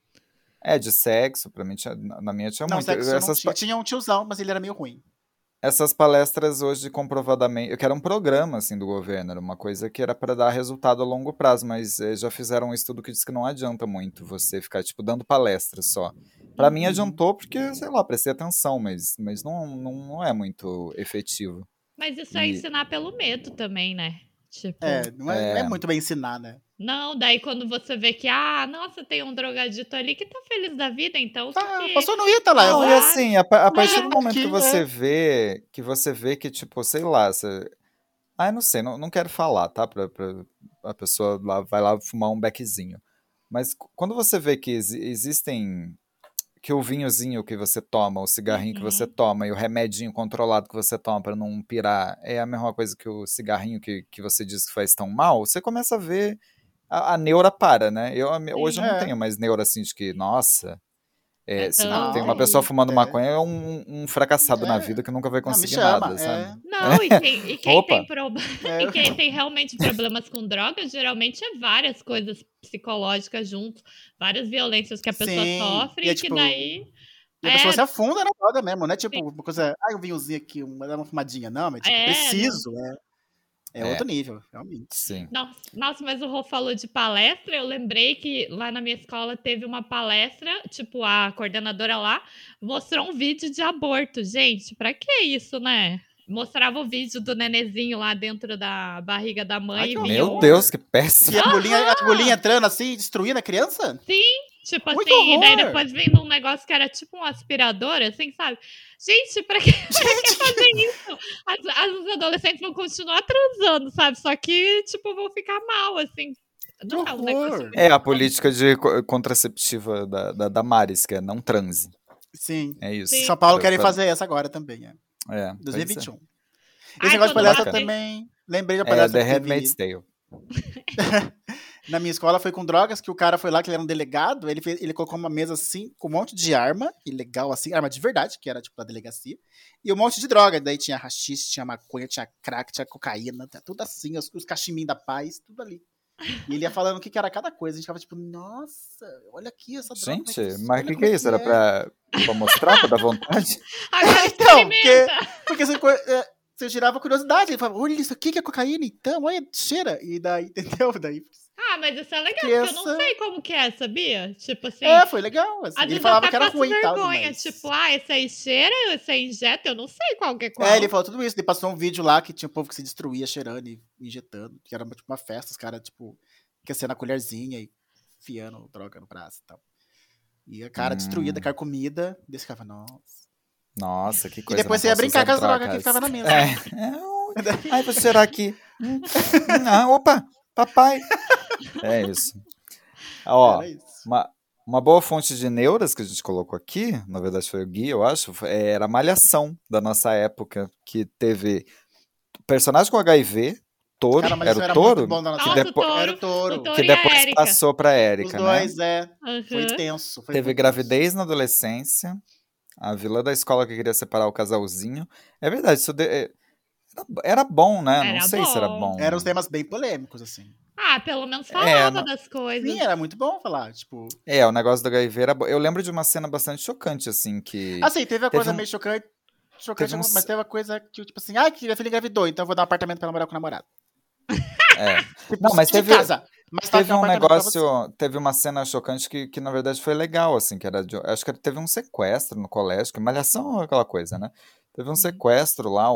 G: De sexo, pra mim, na minha tinha
H: Não,
G: muito.
H: sexo eu não
G: Essas,
H: tinha. Tinha um tiozão, mas ele era meio ruim.
G: essas palestras hoje comprovadamente, que era um programa assim do governo, era uma coisa que era para dar resultado a longo prazo, mas já fizeram um estudo que diz que não adianta muito você ficar tipo dando palestras só. Para mim adiantou porque, sei lá, prestei atenção, mas não é muito efetivo.
C: Mas isso é ensinar pelo medo também, né? Tipo,
H: Não é muito bem ensinar, né?
C: não, daí quando você vê que, nossa, tem um drogadito ali que tá feliz da vida, então...
H: Passou no ITA lá.
G: Não, e assim, a partir do
H: Aqui,
G: momento que você vê que, tipo, sei lá, eu não sei, não quero falar, tá? Pra a pessoa vai lá fumar um beckzinho. Mas quando você vê que existem... Que o vinhozinho que você toma, o cigarrinho que você toma e o remedinho controlado que você toma pra não pirar é a mesma coisa que o cigarrinho que você diz que faz tão mal, você começa a ver a neura para, né? Hoje eu não tenho mais neura assim de que, nossa, se
C: Não.
G: tem uma pessoa fumando maconha é um fracassado na vida que nunca vai conseguir nada, sabe?
C: Não, e quem
G: Opa.
C: tem e quem tem realmente problemas com drogas, geralmente é várias coisas psicológicas junto, várias violências que a pessoa sofre
H: e é
C: que
H: tipo-
C: daí...
H: E a pessoa se afunda na droga mesmo, não é tipo uma coisa, um vinhozinho aqui, uma fumadinha, não, mas tipo, preciso, é outro nível, realmente.
G: Sim.
C: Nossa, mas o Rô falou de palestra, eu lembrei que lá na minha escola teve uma palestra, tipo, a coordenadora lá mostrou um vídeo de aborto. Gente, pra que isso, né? Mostrava o vídeo do nenezinho lá dentro da barriga da mãe.
H: Ai, que
C: vinha
G: Meu Deus, que péssimo.
H: E a agulhinha entrando assim, destruindo a criança?
C: Tipo
H: Muito
C: assim, e daí
H: horror.
C: depois vindo um negócio que era tipo um aspirador, assim, sabe? Gente, pra que fazer isso? As adolescentes vão continuar transando, sabe? Só que, tipo, vão ficar mal, assim. Não é um negócio...
G: É a política de contraceptiva da Maris, que é não transe.
H: Sim.
G: É isso.
H: São Paulo querem fazer essa agora também,
G: pois
H: 2021.
C: Ai,
H: Esse negócio de
C: quando
H: palestra
C: você-
H: também, lembrei da
G: É
H: palestra
G: The
H: que teve
G: Handmaid's Tale.
H: na minha escola, foi com drogas, que o cara foi lá, que ele era um delegado, ele colocou uma mesa assim, com um monte de arma, ilegal assim, arma de verdade, que era tipo da delegacia, e um monte de droga, daí tinha haxixe, tinha maconha, tinha crack, tinha cocaína, tudo assim, os cachimbinhos da paz, tudo ali. E ele ia falando o que era cada coisa, a gente ficava tipo, nossa, olha aqui essa droga.
G: Gente, mas o que é isso? Era pra mostrar, pra dar vontade?
C: Agora
H: Então,
C: experimenta!
H: porque você girava curiosidade, ele falava, olha isso aqui que é cocaína, então, olha, cheira, e daí, entendeu? Daí,
C: Mas isso é legal, porque eu não
H: Criança-
C: sei como que é, sabia? Tipo assim...
H: foi legal, assim,
C: Às
H: ele
C: vezes
H: falava
C: eu
H: que
C: até
H: era
C: passo
H: ruim e tal,
C: vergonha,
H: mas...
C: tipo, esse aí cheira, esse aí injeta, eu não sei qual que é qual.
H: Ele falou tudo isso. Ele passou um vídeo lá que tinha um povo que se destruía cheirando e injetando. Que era tipo uma festa, os caras, tipo, aquecendo a colherzinha e enfiando droga no braço e tal. E a cara destruída, carcomida. E você ficava, nossa.
G: Nossa, que
H: E
G: coisa.
H: depois
G: não
H: você ia
G: posso
H: brincar
G: usar
H: com as drogas
G: drogas.
H: que ficava na mesa.
G: Ai, vou cheirar aqui. Opa, papai. É isso. Ó,
H: Era isso.
G: uma boa fonte de neuras que a gente colocou aqui, na verdade foi o Gui, eu acho, era a Malhação da nossa época, que teve personagem com HIV, Touro,
H: Cara, mas
G: era
H: isso
G: o
H: era
G: Touro,
H: muito bom da nossa
C: Nossa,
H: época.
C: o Touro.
H: Era o Touro.
C: O Touro
G: que
C: e a
G: depois
C: Érica.
G: passou pra
H: Os
G: Érica, né?
H: dois, foi
C: Uhum.
H: tenso. Foi
G: Teve
H: muito
G: gravidez na adolescência, a vilã da escola que queria separar o casalzinho. É verdade, isso era bom, né?
C: Era
G: Não sei se era
C: bom.
G: bom.
H: tenso. Eram os temas bem polêmicos, assim.
C: Pelo menos falava
G: não-
C: das coisas.
H: Sim, era muito bom falar, tipo...
G: O negócio do HIV era bom. Eu lembro de uma cena bastante chocante, assim, que...
H: Assim, teve a coisa
G: um-
H: meio chocante,
G: teve uns-
H: mas teve uma coisa que, tipo assim, que minha filha engravidou, então eu vou dar um apartamento pra ela morar com o namorado.
G: Não, mas
H: De
G: teve...
H: casa. Mas tá
G: Teve um
H: apartamento pra você.
G: negócio, teve uma cena chocante que na verdade foi legal, assim, que era acho que teve um sequestro no colégio, que malhação é aquela coisa, né? Teve um sequestro lá,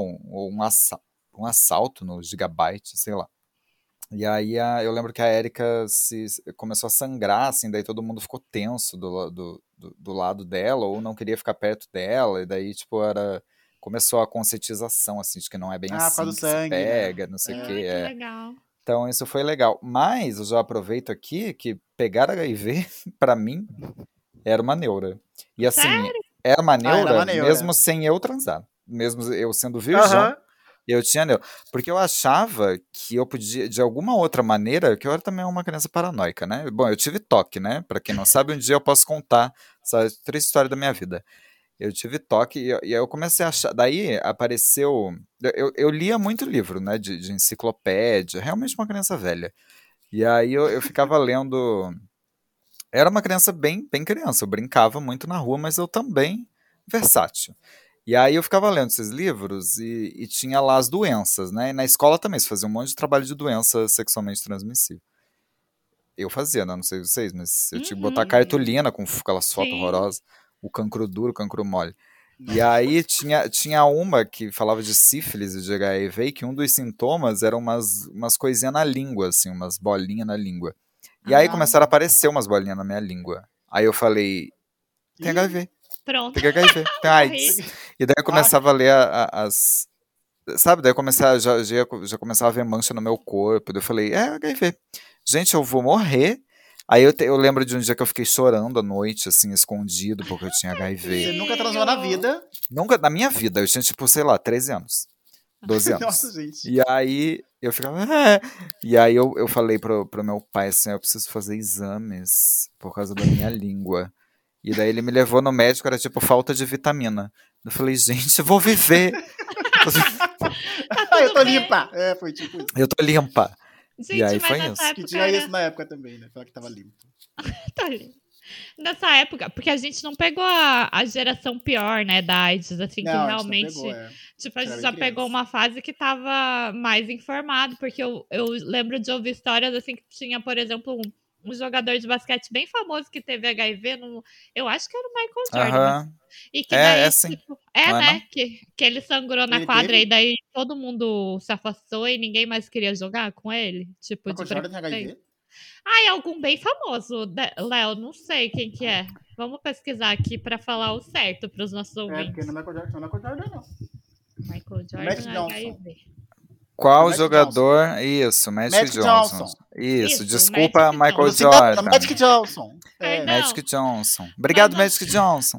G: um assalto no Gigabyte, sei lá. E aí eu lembro que a Erika começou a sangrar, assim, daí todo mundo ficou tenso do lado dela, ou não queria ficar perto dela, e daí, tipo, começou a conscientização, assim, de que não é bem
H: Por causa
G: assim
H: do
G: que se
H: sangue, né?
G: pega, não sei o
C: Ai,
G: quê.
C: que legal.
G: Então isso foi legal. Mas eu já aproveito aqui que pegar HIV, pra mim, era uma neura. E assim,
C: Sério?
G: era uma
H: Ah, era
G: neura
H: uma neura.
G: mesmo sem eu transar. Mesmo eu sendo virgem,
H: Aham.
G: eu tinha neura. Porque eu achava que eu podia, de alguma outra maneira, que eu era também uma criança paranoica, né? Bom, eu tive toque, né? Pra quem não sabe, um dia eu posso contar essa triste história da minha vida. Eu tive toque e aí eu comecei a achar. Daí apareceu. Eu lia muito livro, né? De enciclopédia, realmente uma criança velha. E aí eu ficava lendo. Era uma criança bem criança, eu brincava muito na rua, mas eu também versátil. E aí eu ficava lendo esses livros e tinha lá as doenças, né? E na escola também se fazia um monte de trabalho de doença sexualmente transmissível. Eu fazia, né? Não sei vocês, mas eu tinha que botar cartolina com aquelas fotos
C: Sim.
G: horrorosas. O cancro duro, o cancro mole. E aí tinha uma que falava de sífilis e de HIV, que um dos sintomas eram umas coisinhas na língua, assim, umas bolinhas na língua. E aí começaram a aparecer umas bolinhas na minha língua. Aí eu falei, tem HIV,
C: Pronto.
G: tem HIV, tem AIDS. E daí eu começava a ler as... Sabe, daí eu já começava a ver mancha no meu corpo. Daí eu falei, HIV. Gente, eu vou morrer. Aí eu lembro de um dia que eu fiquei chorando à noite, assim, escondido, porque eu tinha HIV.
H: Você nunca transou na vida.
G: Nunca, na minha vida, eu tinha, tipo, sei lá, 13 anos. 12 anos.
H: Nossa, gente.
G: E aí eu ficava. E aí eu falei pro meu pai assim: eu preciso fazer exames por causa da minha língua. E daí ele me levou no médico, era tipo falta de vitamina. Eu falei, gente, eu vou viver.
H: Eu tô limpa. Foi tipo isso.
G: Eu tô limpa.
C: Gente,
G: E aí
C: mas
G: foi
C: nessa
G: isso.
C: época
H: Que tinha
C: era-
H: isso na época também, né? Falar que tava limpo.
C: Tá limpo. Nessa época, porque a gente não pegou a geração pior, né, da AIDS, assim, que
H: Não,
C: realmente,
H: a gente não pegou,
C: tipo, a
H: Era
C: gente
H: bem
C: já pegou
H: criança.
C: uma fase que tava mais informado, porque eu lembro de ouvir histórias, assim, que tinha, por exemplo, um jogador de basquete bem famoso que teve HIV, eu acho que era o Michael Jordan, mas
G: Aham.
C: e que daí,
G: Sim.
C: tipo,
G: Não é
C: né,
G: não?
C: que ele sangrou na
H: Ele
C: quadra
H: teve?
C: e daí todo mundo se afastou e ninguém mais queria jogar com ele, tipo, de
H: Michael Jordan tem
C: preconceito.
H: HIV?
C: Ai, algum bem famoso, Léo, não sei quem que é. Vamos pesquisar aqui pra falar o certo pros nossos
H: Porque
C: ouvintes.
H: não é Michael Jordan, não é Michael Jordan, não.
C: Michael Jordan,
H: Magic Johnson.
C: HIV.
G: Qual
H: Magic
G: jogador? Isso, Magic
H: Magic
G: Johnson.
H: Johnson.
G: Isso,
C: Isso,
G: desculpa,
C: Magic
G: Michael
H: Lucinda Dona,
G: Jordan.
H: Magic Johnson.
C: Perdão.
G: Magic Johnson. Obrigado,
C: não.
G: Magic Johnson.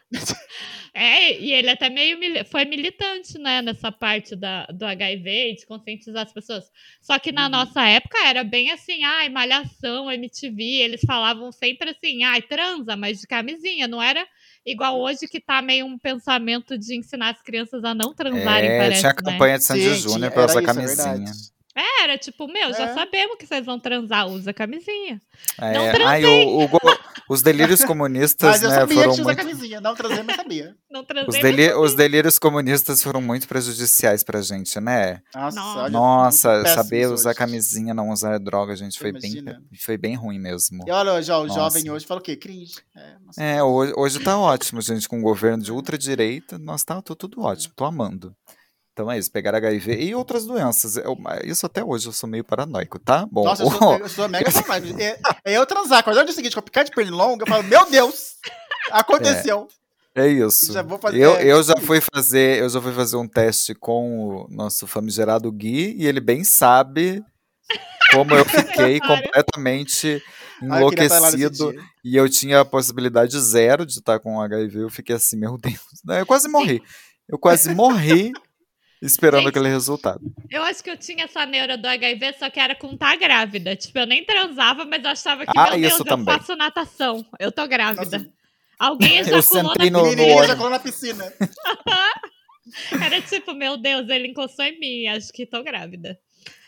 C: E ele até meio foi militante, né, nessa parte do HIV, de conscientizar as pessoas. Só que na nossa época era bem assim, ai, malhação, MTV, eles falavam sempre assim, ai, transa, mas de camisinha, não era igual hoje que tá meio um pensamento de ensinar as crianças a não transarem, parece,
G: Tinha a
C: né?
G: campanha de Sandy
H: Sim,
G: Júnior
H: tinha,
G: pra
H: era
G: usar
H: isso, é
G: camisinha.
H: verdade.
C: Era tipo, já
H: É.
C: sabemos que vocês vão transar, usa camisinha.
G: É,
C: Não
G: ai,
C: transei.
G: os delírios comunistas,
H: Mas eu
G: né,
H: sabia
G: foram
H: que tinha
G: muito...
H: camisinha. Não transei, mas sabia.
C: Não
G: Os,
C: transei,
G: os delírios comunistas foram muito prejudiciais pra gente, né?
H: Nossa,
C: Nossa.
H: olha,
G: Nossa,
H: muito péssimo
G: saber
H: isso
G: usar
H: hoje.
G: camisinha, não usar droga, gente,
H: Imagina.
G: foi bem ruim mesmo.
H: E olha, já, o
G: Nossa.
H: jovem hoje fala o quê? Cringe. Nossa.
G: Hoje tá ótimo, gente, com o governo de ultradireita, nossa, tá tudo ótimo, tô amando. Então é isso, pegar HIV e outras doenças. Isso até hoje eu sou meio paranoico, tá? Bom,
H: Nossa, eu sou mega paranoico. Eu transar, acordar no dia seguinte com a picar de pernilonga, eu falo, meu Deus, aconteceu.
G: é isso.
H: Já vou fazer-
G: Eu já fui fazer um teste com o nosso famigerado Gui e ele bem sabe como eu fiquei completamente
H: Ah, eu queria estar lá nesse
G: enlouquecido
H: dia.
G: e eu tinha a possibilidade zero de estar com HIV. Eu fiquei assim, meu Deus, eu quase morri. Eu quase morri esperando
C: Gente,
G: aquele resultado.
C: Eu acho que eu tinha essa neura do HIV, só que era com tá grávida. Tipo, eu nem transava, mas eu achava que, meu Deus,
G: isso
C: eu
G: também.
C: faço natação. Eu tô grávida.
H: Nossa.
C: Alguém
G: Eu
C: ejaculou
G: sentei
C: na
G: no
H: Menininha
G: ônibus.
H: já colou na piscina.
C: Era tipo, meu Deus, ele encostou em mim, acho que tô grávida.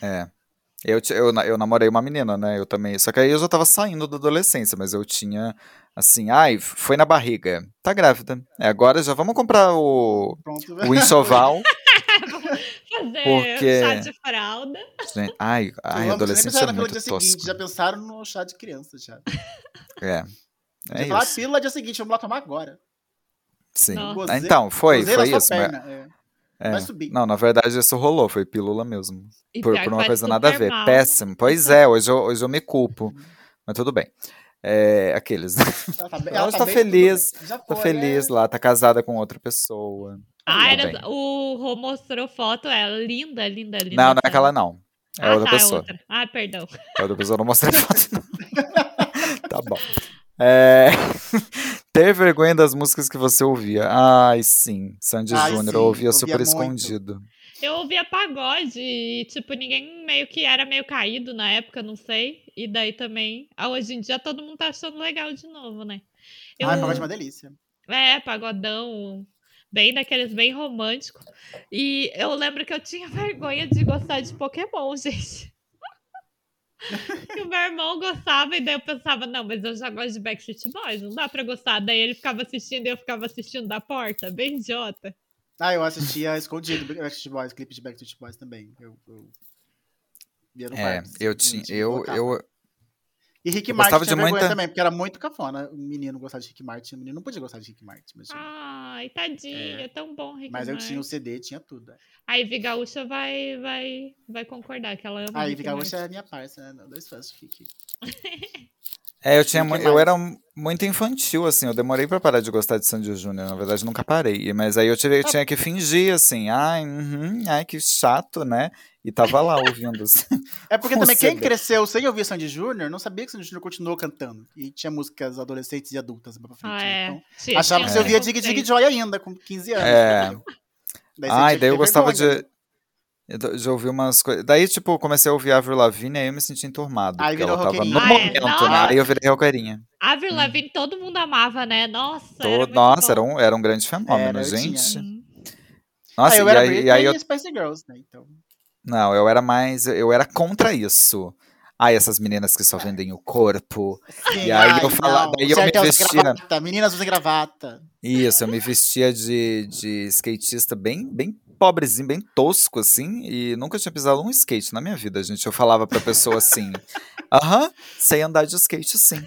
G: Eu namorei uma menina, né? Eu também. Só que aí eu já tava saindo da adolescência, mas eu tinha assim, foi na barriga. Tá grávida. Agora já vamos comprar o
H: Pronto.
G: enxoval.
C: Fazer chá
G: Porque.
C: de fralda.
G: Gente, ai,
H: Eu amo que nem
G: adolescente é
H: pensaram pelo
G: muito
H: dia seguinte,
G: tosco.
H: já pensaram no chá de criança já.
G: É,
H: Já
G: é
H: falar
G: isso.
H: pílula dia seguinte, vamos lá tomar agora.
G: Sim.
C: Nossa.
H: Gozei,
G: Então, foi
H: gozei na sua
G: isso. Mas,
H: perna. Vai subir.
G: não, na verdade isso rolou, foi pílula mesmo.
C: E
G: Por
C: pior que
G: uma
C: faz
G: coisa nada a
C: super
G: ver.
C: mal.
G: Péssimo. Pois é, hoje eu me culpo. Mas tudo bem. Aqueles. Ela
H: tá
G: tá
H: bem,
G: feliz.
H: tudo bem. Já
G: Tá
H: foi,
G: feliz lá, tá casada com outra pessoa.
C: Ah,
G: Tudo bem.
C: o Rô mostrou foto, ela. Linda, linda, linda.
G: Não, não é
C: sabe?
G: aquela não. É outra
C: tá,
G: pessoa.
C: outra. Ah, perdão.
G: É outra pessoa, eu não mostrei foto não. Tá bom. É, Ter vergonha das músicas que você ouvia. Ai, sim. Sandy
H: Ai,
G: Júnior,
H: sim,
G: eu ouvia
H: ouvia
G: super
H: muito.
G: escondido.
C: Eu ouvia pagode e, tipo, ninguém meio que era meio caído na época, não sei. E daí também, hoje em dia todo mundo tá achando legal de novo, né?
H: Ai, pagode é uma delícia.
C: Pagodão, bem daqueles bem romântico. E eu lembro que eu tinha vergonha de gostar de Pokémon, gente. E o meu irmão gostava, e daí eu pensava, não, mas eu já gosto de Backstreet Boys, não dá pra gostar. Daí ele ficava assistindo e eu ficava assistindo da porta, bem idiota.
H: Ah, eu assistia escondido Backstreet Boys, clipe de Backstreet Boys também. Eu via no quarto.
G: Eu
H: assim,
G: tinha.
H: colocava. E Rick
G: eu
H: Martin
G: gostava
H: tinha
G: de
H: vergonha
G: muita.
H: também, porque era muito cafona o menino gostar de Rick Martin. O menino não podia gostar de Rick Martin, mas,
C: Ai, tadinho, é tão bom, Rick
H: mas eu
C: Martin.
H: tinha o CD, tinha tudo.
C: A Ivy Gaúcha vai concordar, que ela ama
H: A
C: Rick
H: Ivy Gaúcha
C: Martin.
H: é a minha parça, né? 2 fãs de Rick.
G: Eu era muito infantil, assim, eu demorei pra parar de gostar de Sandy Júnior, na verdade nunca parei, mas aí eu tinha que fingir, assim, ai, que chato, né, e tava lá ouvindo, assim,
H: É porque
G: com o
H: também quem
G: CD.
H: cresceu sem ouvir Sandy Júnior não sabia que Sandy Júnior continuou cantando. E tinha músicas adolescentes e adultas pra frente, né? Então, achava que você ouvia Dig Dig Joy ainda, com 15 anos. Entendeu? Daí você tinha que
G: Daí eu
H: ter
G: gostava
H: vergonha, né?
G: de ouvir umas coisas, daí tipo, eu comecei a ouvir Avril Lavigne, aí eu me senti enturmado,
H: Aí
G: porque
H: virou
G: ela tava no
H: roqueirinha.
G: momento, né, aí eu virei roqueirinha.
C: Avril Lavigne todo mundo amava, né? Nossa, era muito
G: Nossa,
C: bom.
G: era um grande fenômeno,
H: Eu
G: gente.
H: tinha.
G: Nossa,
H: eu era
G: e
H: Britney
G: aí eu
H: e Spice Girls, né? Então.
G: Não, eu era contra isso. Ai, essas meninas que só vendem o corpo.
H: Sim,
G: E aí eu falava, daí eu me vestia.
H: Gravata, meninas usam gravata.
G: Isso, eu me vestia de skatista bem pobrezinho, bem tosco, assim, e nunca tinha pisado um skate na minha vida, gente. Eu falava pra pessoa assim, sei andar de skate sim.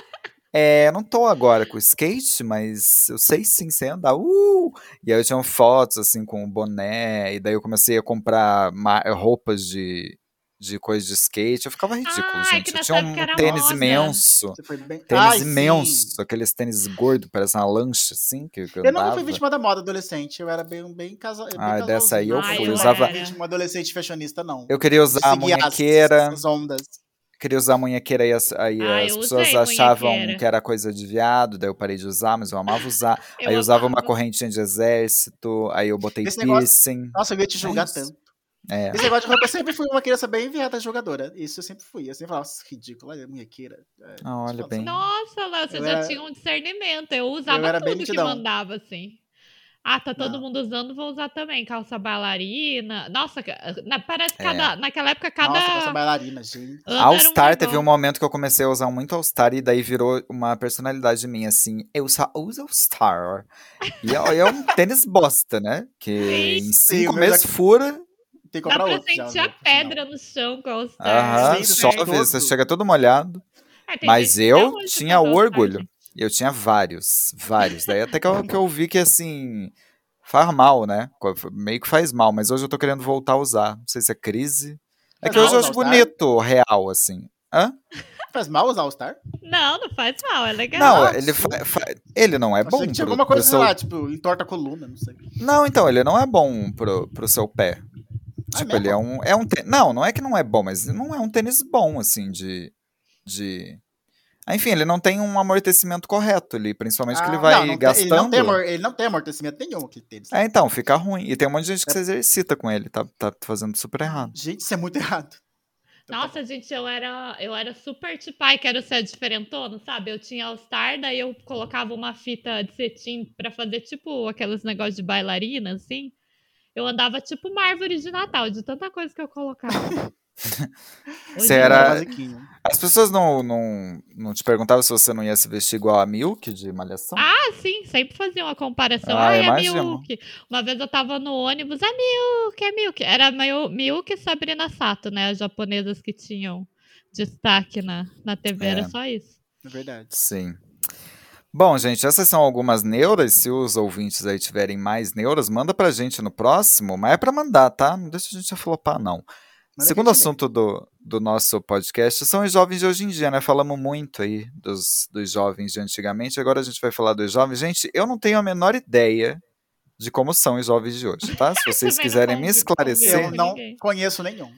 G: Não tô agora com skate, mas eu sei sim, sei andar. E aí eu tinha fotos, assim, com o boné, e daí eu comecei a comprar roupas de coisa de skate. Eu ficava ridículo,
C: Ai,
G: gente.
C: que
G: Eu
C: nessa
G: tinha
C: época
G: um
C: era
G: tênis
C: moda.
G: imenso.
H: Você foi bem...
G: Tênis imenso, aqueles tênis gordos, parece uma lancha, assim, que eu
H: Eu nunca
G: andava.
H: fui vítima da moda adolescente, eu era bem casalzinho.
G: Dessa aí eu
C: Ai,
G: fui.
C: eu
G: Usava.
C: era.
H: Vítima adolescente fashionista, não.
G: Eu queria usar a
H: Seguia
G: munhequeira.
H: as ondas.
G: Queria usar a munhequeira e as
C: eu
G: pessoas
C: usei
G: achavam
C: munhequeira.
G: que era coisa de viado, daí eu parei de usar, mas eu amava usar.
C: Eu
G: Aí eu usava uma
C: amava.
G: correntinha de exército, aí eu botei
H: Esse negócio-
G: piercing.
H: Nossa, eu ia te julgar
G: isso.
H: tanto.
G: É.
H: Esse negócio de roupa, eu sempre fui uma criança bem virada jogadora. Isso eu sempre fui. Eu sempre falava, nossa, ridículo, olha a munhequeira.
G: Olha bem.
C: Nossa, Léo, você
H: Eu
C: já
H: era-
C: tinha um discernimento. Eu
H: eu
C: usava
H: era bem
C: tudo que
H: mitidão.
C: mandava, assim. Ah, tá todo
H: Não.
C: mundo usando, vou usar também. Calça bailarina. Nossa, parece que
G: É.
C: naquela época
H: Nossa,
C: cada
H: essa bailarina, gente.
C: ano
G: All
C: era um
G: Star teve um
C: negócio.
G: momento que eu comecei a usar muito All Star e daí virou uma personalidade minha, assim. Eu só uso All Star. E é um tênis bosta, né? Que em
H: Sim,
G: 5
H: o meu já-
G: meses fura.
H: Tem que
C: Dá
H: comprar
C: pra
H: outro. já,
C: sentir a
H: no final.
C: pedra no chão com All Star.
G: Aham,
H: Sim,
G: chove,
H: todo.
G: você chega todo molhado.
C: Tem
G: Mas
C: gente que até
G: eu
C: hoje
G: tinha
C: faz
G: o
C: All Star,
G: orgulho.
C: gente.
G: Eu tinha vários. Daí até que eu vi que, assim, faz mal, né? Meio que faz mal, mas hoje eu tô querendo voltar a usar. Não sei se é crise. É
H: Faz
G: que hoje
H: mal
G: eu
H: usar
G: acho
H: All Star?
G: bonito, real, assim. Hã?
H: Faz mal usar All Star?
C: Não faz mal, é legal.
G: Não,
H: absurdo.
G: ele não é
H: Achei
G: bom
H: que tinha
G: pro
H: alguma coisa, sei
G: seu...
H: lá, tipo, entorta a coluna, não sei.
G: Não, então, ele não é bom pro seu pé.
H: Ah,
G: Tipo,
H: mesmo?
G: ele é um tênis... Não é que não é bom, mas não é um tênis bom, assim, de... Enfim, ele não tem um amortecimento correto ali, principalmente que ele vai
H: não,
G: gastando.
H: ele não tem amortecimento nenhum, aquele tênis.
G: Então, fica ruim. E tem um monte de gente que se exercita com ele, tá fazendo super errado.
H: Gente, isso é muito errado.
C: Nossa, gente, eu era super tipo, ai, quero ser diferentona, sabe? Eu tinha All Star, daí eu colocava uma fita de cetim pra fazer, tipo, aqueles negócios de bailarina, assim. Eu andava tipo uma árvore de Natal, de tanta coisa que eu colocava. O
G: Você
C: de
G: era-
H: Era
C: novo.
H: basiquinho.
G: As pessoas não te perguntavam se você não ia se vestir igual a Milk de Malhação?
C: Ah, sim, sempre fazia uma comparação.
G: Ah,
C: Ai, é
G: imagino.
C: Milk. Uma vez eu tava no ônibus, é Milk, é Milk. Era meio Milk e Sabrina Sato, né? As japonesas que tinham destaque na TV, era
G: É.
C: só isso.
H: É verdade.
G: Sim. Bom, gente, essas são algumas neuras. Se os ouvintes aí tiverem mais neuras, manda pra gente no próximo. Mas é pra mandar, tá? Não deixa a gente aflopar, não.
H: Manda
G: Segundo
H: que a gente lê.
G: assunto do nosso podcast são os jovens de hoje em dia, né? Falamos muito aí dos jovens de antigamente, agora a gente vai falar dos jovens. Gente, eu não tenho a menor ideia de como são os jovens de hoje, tá? Se vocês
C: Também não
G: quiserem me
C: convivo
G: esclarecer,
H: Eu
C: com
H: não
C: ninguém.
H: conheço nenhum.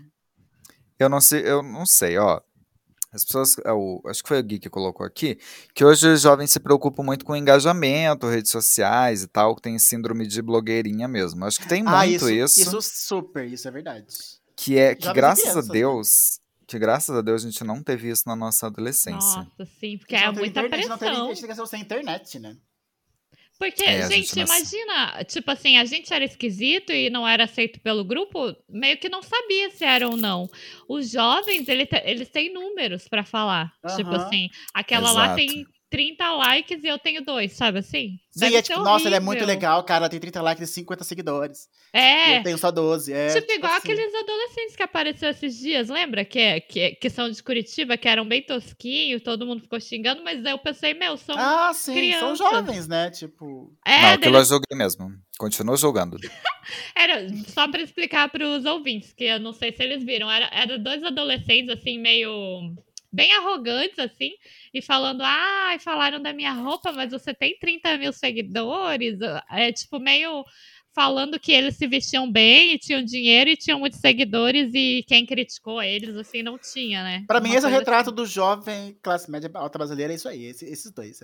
G: eu não sei, ó. As pessoas, acho que foi o Gui que colocou aqui, que hoje os jovens se preocupam muito com engajamento, redes sociais e tal, que tem síndrome de blogueirinha mesmo. Acho que tem muito
H: Isso super, isso é verdade.
G: que
H: Jovens e
G: graças a
H: crianças, né?
G: Deus, a gente não teve isso na nossa adolescência.
C: Nossa, sim, porque
H: A gente
C: é
H: não teve
C: muita
H: internet, a gente não teve- a
C: pressão.
H: gente cresceu sem internet, né?
C: Porque,
G: É, a gente
C: gente,
G: nasceu.
C: imagina, tipo assim, a gente era esquisito e não era aceito pelo grupo, meio que não sabia se era ou não. Os jovens, eles têm números pra falar. Tipo
H: Aham.
C: assim, aquela lá
G: Exato.
C: tem 30 likes e eu tenho 2, sabe assim?
H: Sim,
C: Deve
H: é
C: ser
H: tipo, nossa, ele é muito
C: horrível.
H: legal, cara. Ela tem 30 likes e 50 seguidores. E
C: É,
H: eu tenho só 12. É,
C: tipo igual
H: assim.
C: aqueles adolescentes que apareceram esses dias, lembra? Que são de Curitiba, que eram bem tosquinhos, todo mundo ficou xingando, mas aí eu pensei, meu, são
H: Ah, sim, são
C: crianças.
H: jovens, né? Tipo.
G: Não,
C: É,
G: aquilo eu
C: deles
G: joguei mesmo. Continuo jogando.
C: era só pra explicar pros ouvintes, que eu não sei se eles viram. Era dois adolescentes, assim, meio bem arrogantes, assim, e falando, falaram da minha roupa, mas você tem 30 mil seguidores. É tipo, meio falando que eles se vestiam bem e tinham dinheiro e tinham muitos seguidores, e quem criticou eles, assim, não tinha, né?
H: Pra mim,
C: Uma
H: esse é o
C: coisa
H: retrato
C: assim.
H: do jovem classe média alta brasileira, é isso aí. Esses dois.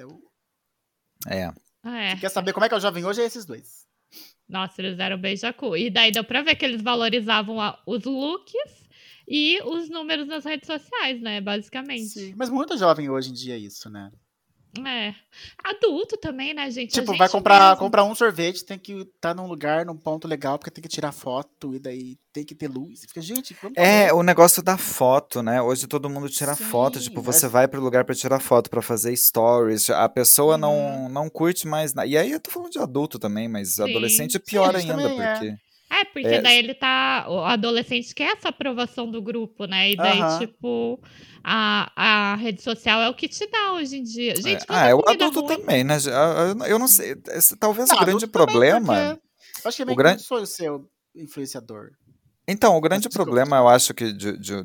G: É.
C: É.
H: Se quer saber como é que é o jovem hoje, é esses dois.
C: Nossa, eles eram beijacu. E daí deu pra ver que eles valorizavam os looks e os números nas redes sociais, né? Basicamente.
H: Sim. Mas muito jovem hoje em dia é isso, né?
C: É. Adulto também, né, gente? A
H: Tipo,
C: gente
H: vai
C: mesmo.
H: comprar um sorvete, tem que estar num lugar, num ponto legal, porque tem que tirar foto, e daí tem que ter luz. E fica, gente, vamos
G: É,
H: fazer.
G: o negócio da foto, né? Hoje todo mundo tira
H: Sim,
G: foto, tipo, você
H: mas-
G: vai pro lugar pra tirar foto, pra fazer stories, a pessoa não curte mais nada. E aí eu tô falando de adulto também, mas
C: Sim.
G: adolescente é
H: Sim,
G: pior
H: a gente
G: ainda,
H: também é.
G: porque
C: É, porque
G: É.
C: daí o adolescente quer essa aprovação do grupo, né? E daí,
H: Aham.
C: tipo, a rede social é o que te dá hoje em dia. Gente, quanta
G: é o
C: comida
G: adulto
C: ruim.
G: também, né? Eu não sei, talvez
H: Não,
G: o grande
H: adulto também,
G: problema,
H: porque eu acho que é
G: o
H: meio
G: grande,
H: que um sonho ser o influenciador.
G: então, o grande
H: Desculpa.
G: problema, eu acho que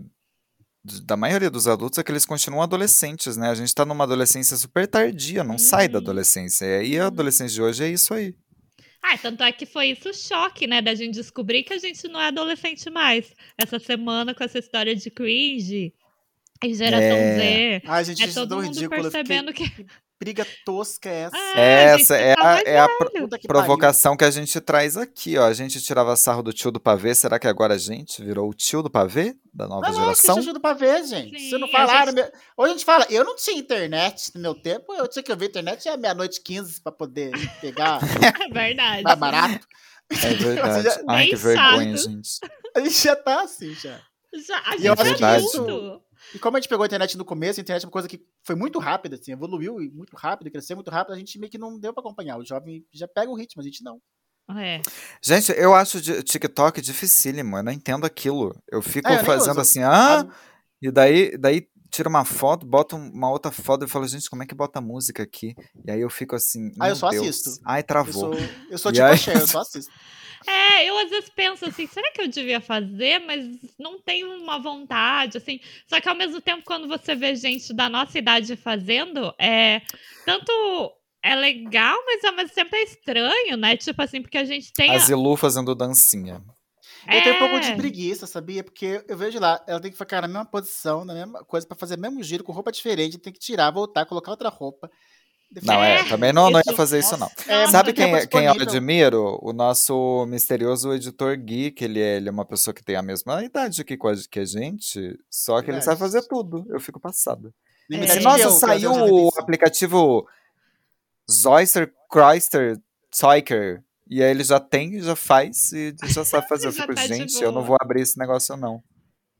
G: da maioria dos adultos é que eles continuam adolescentes, né? A gente tá numa adolescência super tardia, não sai da
C: Uhum.
G: adolescência. E aí a adolescência de hoje é isso aí.
C: Tanto é que foi isso o choque, né? Da gente descobrir que a gente não é adolescente mais. Essa semana com essa história de cringe e geração Z.
H: Ai, gente,
C: É
H: isso é
C: todo
H: tão
C: mundo
H: ridículo. Eu fiquei,
C: percebendo que.
H: que briga tosca é essa?
C: A gente
G: Essa é
C: tá mais
G: é a
C: velho.
H: Puta que
G: provocação que a gente traz aqui, ó. A gente tirava sarro do tio do pavê, será que agora a gente virou o tio do pavê da nova
H: Mas lógico que
G: geração?
H: isso ajuda pra ver, gente.
C: Sim,
H: Você não
C: a
H: falaram.
C: gente-
H: Hoje a gente fala, eu não tinha internet no meu tempo, eu tinha que ver internet à meia-noite 15 pra poder pegar
C: É verdade.
H: mais barato.
G: É verdade.
H: já-
G: Ai, que
C: Bem
G: vergonha,
C: chato.
G: gente.
H: A gente já tá assim, já.
C: A
H: E eu
C: gente
H: acho
C: é
H: que
G: verdade.
C: adulto.
H: E como a gente pegou a internet no começo, a internet é uma coisa que foi muito rápida, assim, evoluiu e muito rápido, cresceu muito rápido, a gente meio que não deu pra acompanhar. O jovem já pega o ritmo, a gente não.
C: É.
G: Gente, eu acho o TikTok dificílimo, eu não entendo aquilo. Eu fico
H: Eu nem
G: fazendo
H: uso.
G: assim,
H: A-
G: e daí tira uma foto, bota uma outra foto e falo, gente, como é que bota música aqui? E aí eu fico assim,
H: eu
G: meu
H: só
G: Deus.
H: assisto.
G: Ai,
H: Eu
G: travou.
H: sou
G: E
H: tipo
G: aí-
H: a Cher, eu só assisto.
C: Eu às vezes penso assim, será que eu devia fazer? Mas não tenho uma vontade, assim. Só que ao mesmo tempo, quando você vê gente da nossa idade fazendo, tanto é legal, mas ao mesmo tempo é estranho, né? Tipo assim, porque a gente tem.
G: A Zilu fazendo dancinha.
H: Eu tenho um pouco de
C: É.
H: preguiça, sabia? Porque eu vejo lá, ela tem que ficar na mesma posição, na mesma coisa, pra fazer o mesmo giro, com roupa diferente, tem que tirar, voltar, colocar outra roupa.
G: Não, também não ia fazer isso, não.
H: É
G: Sabe
H: muito
G: quem
H: tempo
G: eu
H: disponível.
G: admiro? O nosso misterioso editor Gui, que ele é uma pessoa que tem a mesma idade que a gente, só que ele sabe fazer tudo. Eu fico passada.
H: Nem
C: É.
H: idade
G: Se,
H: que
G: nossa,
H: eu, que
G: saiu
H: eu
G: o
H: 95.
G: aplicativo Zoyster, Chrysler, Psyker, e aí ele já tem, já faz e já sabe fazer. Eu
C: Já
G: fico,
C: tá de
G: gente, eu não
C: boa.
G: vou abrir esse negócio, não.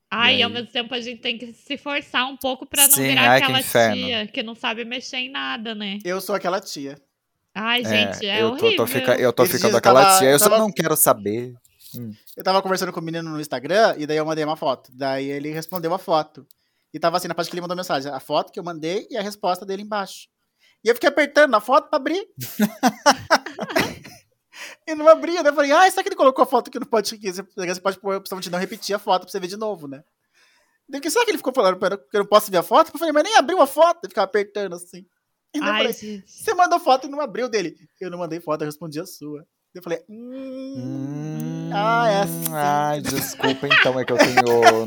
C: Ai,
G: E
C: e ao
G: aí?
C: mesmo tempo a gente tem que se forçar um pouco pra não
G: Sim,
C: virar
G: ai, que
C: aquela
G: inferno.
C: tia que não sabe mexer em nada, né?
H: Eu sou aquela tia.
C: Ai, gente, é
G: Eu
C: horrível.
G: tô
H: Esses dias
G: ficando aquela tia. Eu só não quero saber.
H: eu tava conversando com o menino no Instagram e daí eu mandei uma foto. Daí ele respondeu a foto. E tava assim, na parte que ele mandou mensagem, a foto que eu mandei e a resposta dele embaixo. E eu fiquei apertando na foto pra abrir. E não abria, né? Eu falei, será que ele colocou a foto aqui no pode aqui? Você pode pôr a opção de não repetir a foto pra você ver de novo, né? Daí, será que ele ficou falando que eu não posso ver a foto? Eu falei, mas nem abriu a foto. Ele ficava apertando assim. E daí eu
C: Ai,
H: falei,
C: gente.
H: você mandou foto e não abriu dele. Eu não mandei foto, eu respondi a sua. Eu falei, é assim.
G: Ai, desculpa então, é que eu tenho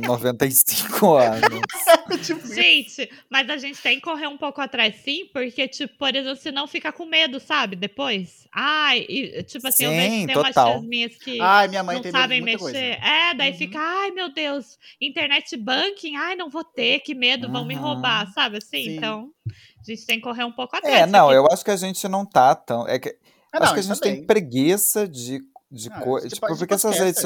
G: 95 anos.
H: Tipo,
C: Gente, mas a gente tem que correr um pouco atrás, sim, porque, tipo, por exemplo, senão fica com medo, sabe? Depois. Ai, e, tipo assim, eu vejo
G: Sim,
C: que tem umas
G: total.
C: tias minhas que
H: ai, minha mãe
C: não
H: tem medo de
C: sabem
H: muita
C: mexer.
H: coisa.
C: Daí fica, ai, meu Deus, internet banking, ai, não vou ter, que medo, vão me roubar, sabe assim?
H: Sim.
C: Então, a gente tem que correr um pouco atrás. só
G: Não,
C: que-
G: eu acho que a gente não tá tão. Acho
H: Não,
G: que a
H: isso
G: gente tem
H: também.
G: preguiça de coisa.
H: de
G: Tipo, porque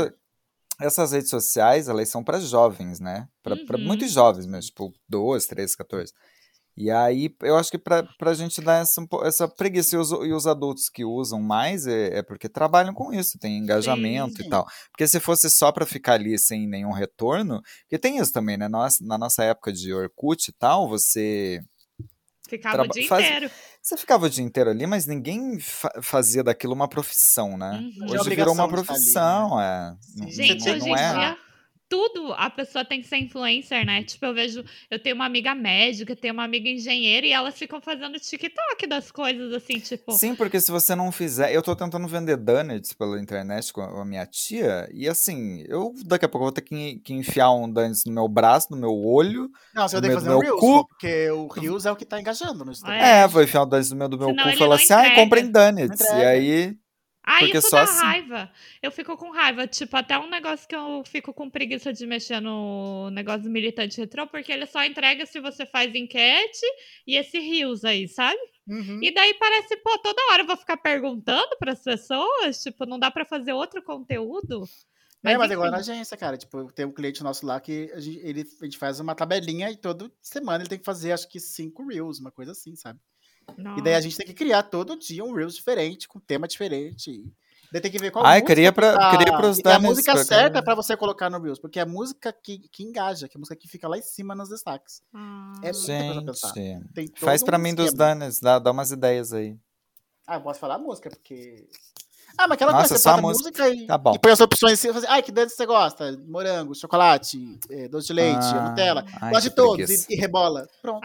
G: essas redes sociais, elas são para jovens, né? Para muitos jovens mesmo, tipo 12, 13, 14. E aí, eu acho que pra gente dar essa preguiça, e os adultos que usam mais é porque trabalham com isso, tem engajamento
H: Sim.
G: e tal. Porque se fosse só pra ficar ali sem nenhum retorno, porque tem isso também, né? Na nossa época de Orkut e tal, você
C: Ficava o dia inteiro.
G: você ficava o dia inteiro ali, mas ninguém fazia daquilo uma profissão, né?
C: Uhum.
H: Tinha
G: Hoje virou uma
H: obrigação de estar ali,
G: profissão,
H: Sim.
C: Gente,
H: Você tem
C: hoje
H: que
C: em
H: usar.
C: dia, tudo a pessoa tem que ser influencer, né? Tipo, eu tenho uma amiga médica, tenho uma amiga engenheira e elas ficam fazendo TikTok das coisas, assim, tipo.
G: Sim, porque se você não fizer. Eu tô tentando vender donuts pela internet com a minha tia, e assim, daqui a pouco eu vou ter que enfiar um donuts no meu braço, no meu olho,
H: Não, você
G: no
H: vai ter
G: meio
H: que
G: do
H: fazer um
G: meu
H: Reels,
G: cu.
H: porque o Reels é o que tá engajando no Instagram.
G: Vou enfiar um donuts no meio do meu
C: Senão
G: cu e
C: ele
G: falar
C: não
G: assim,
C: entrega.
G: comprem donuts.
H: Não
G: E
H: entrega.
G: aí. Porque
C: Isso
G: só
C: dá
G: assim.
C: raiva. Eu fico com raiva. Tipo, até um negócio que eu fico com preguiça de mexer no negócio do militante retrô, porque ele só entrega se você faz enquete e esse Reels aí, sabe?
H: Uhum.
C: E daí parece, pô, toda hora eu vou ficar perguntando pras pessoas, tipo, não dá pra fazer outro conteúdo?
H: Mas igual na
C: enfim.
H: agência, cara. Tipo, tem um cliente nosso lá que a gente faz uma tabelinha e toda semana ele tem que fazer, acho que 5 Reels, uma coisa assim, sabe? E daí a gente tem que criar todo dia um Reels diferente, com tema diferente. Daí tem que ver qual música
G: Queria pros
H: e tem a
G: donuts.
H: música certa pra você colocar no Reels, porque é a música que engaja, que é a música que fica lá em cima nos destaques. É muita coisa pra pensar.
G: Gente,
H: Tem todo
G: faz pra mim dos
H: esquema.
G: donuts, dá umas ideias aí.
H: Eu posso falar a música, porque... mas aquela
G: Nossa,
H: coisa, você
G: só a
H: bota a
G: música.
H: música
G: Tá bom.
H: e põe as opções assim, que doce você gosta? Morango, chocolate, doce de leite, Nutella. Gosto
G: que
H: de todos
G: preguiça.
H: e rebola. Pronto.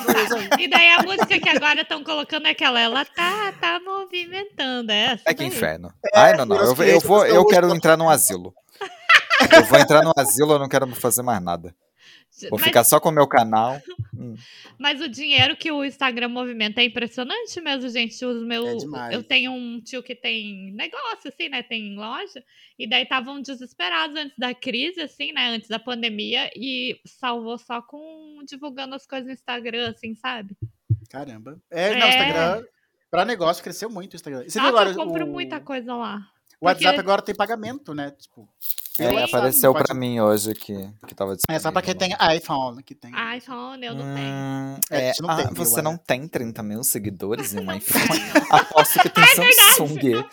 C: E daí a música que agora estão colocando é aquela, ela tá movimentando, essa
G: Que
C: daí.
G: inferno. Não.
H: os clientes
G: Eu
H: estão
G: quero
H: hoje
G: entrar num asilo. Eu vou entrar no asilo, eu não quero fazer mais nada. Vou ficar só com o meu canal.
C: Mas o dinheiro que o Instagram movimenta é impressionante mesmo, gente.
H: demais.
C: Eu tenho um tio que tem negócio, assim, né? Tem loja. E daí estavam desesperados antes da crise, assim, né? Antes da pandemia. E salvou só com divulgando as coisas no Instagram, assim, sabe?
H: Caramba. Não, o Instagram, pra negócio, cresceu muito o Instagram. E você viu
C: Nossa,
H: agora
C: eu compro muita coisa lá.
H: O WhatsApp agora tem pagamento, né? Tipo,
G: Apareceu pra mim hoje que tava disponível.
H: É só pra quem tem iPhone. Que tem.
C: iPhone, eu não tenho.
H: A gente não tem,
G: você
H: viu,
G: não
H: Ana?
G: tem 30 mil seguidores em um iPhone? Aposto que tem Samsung.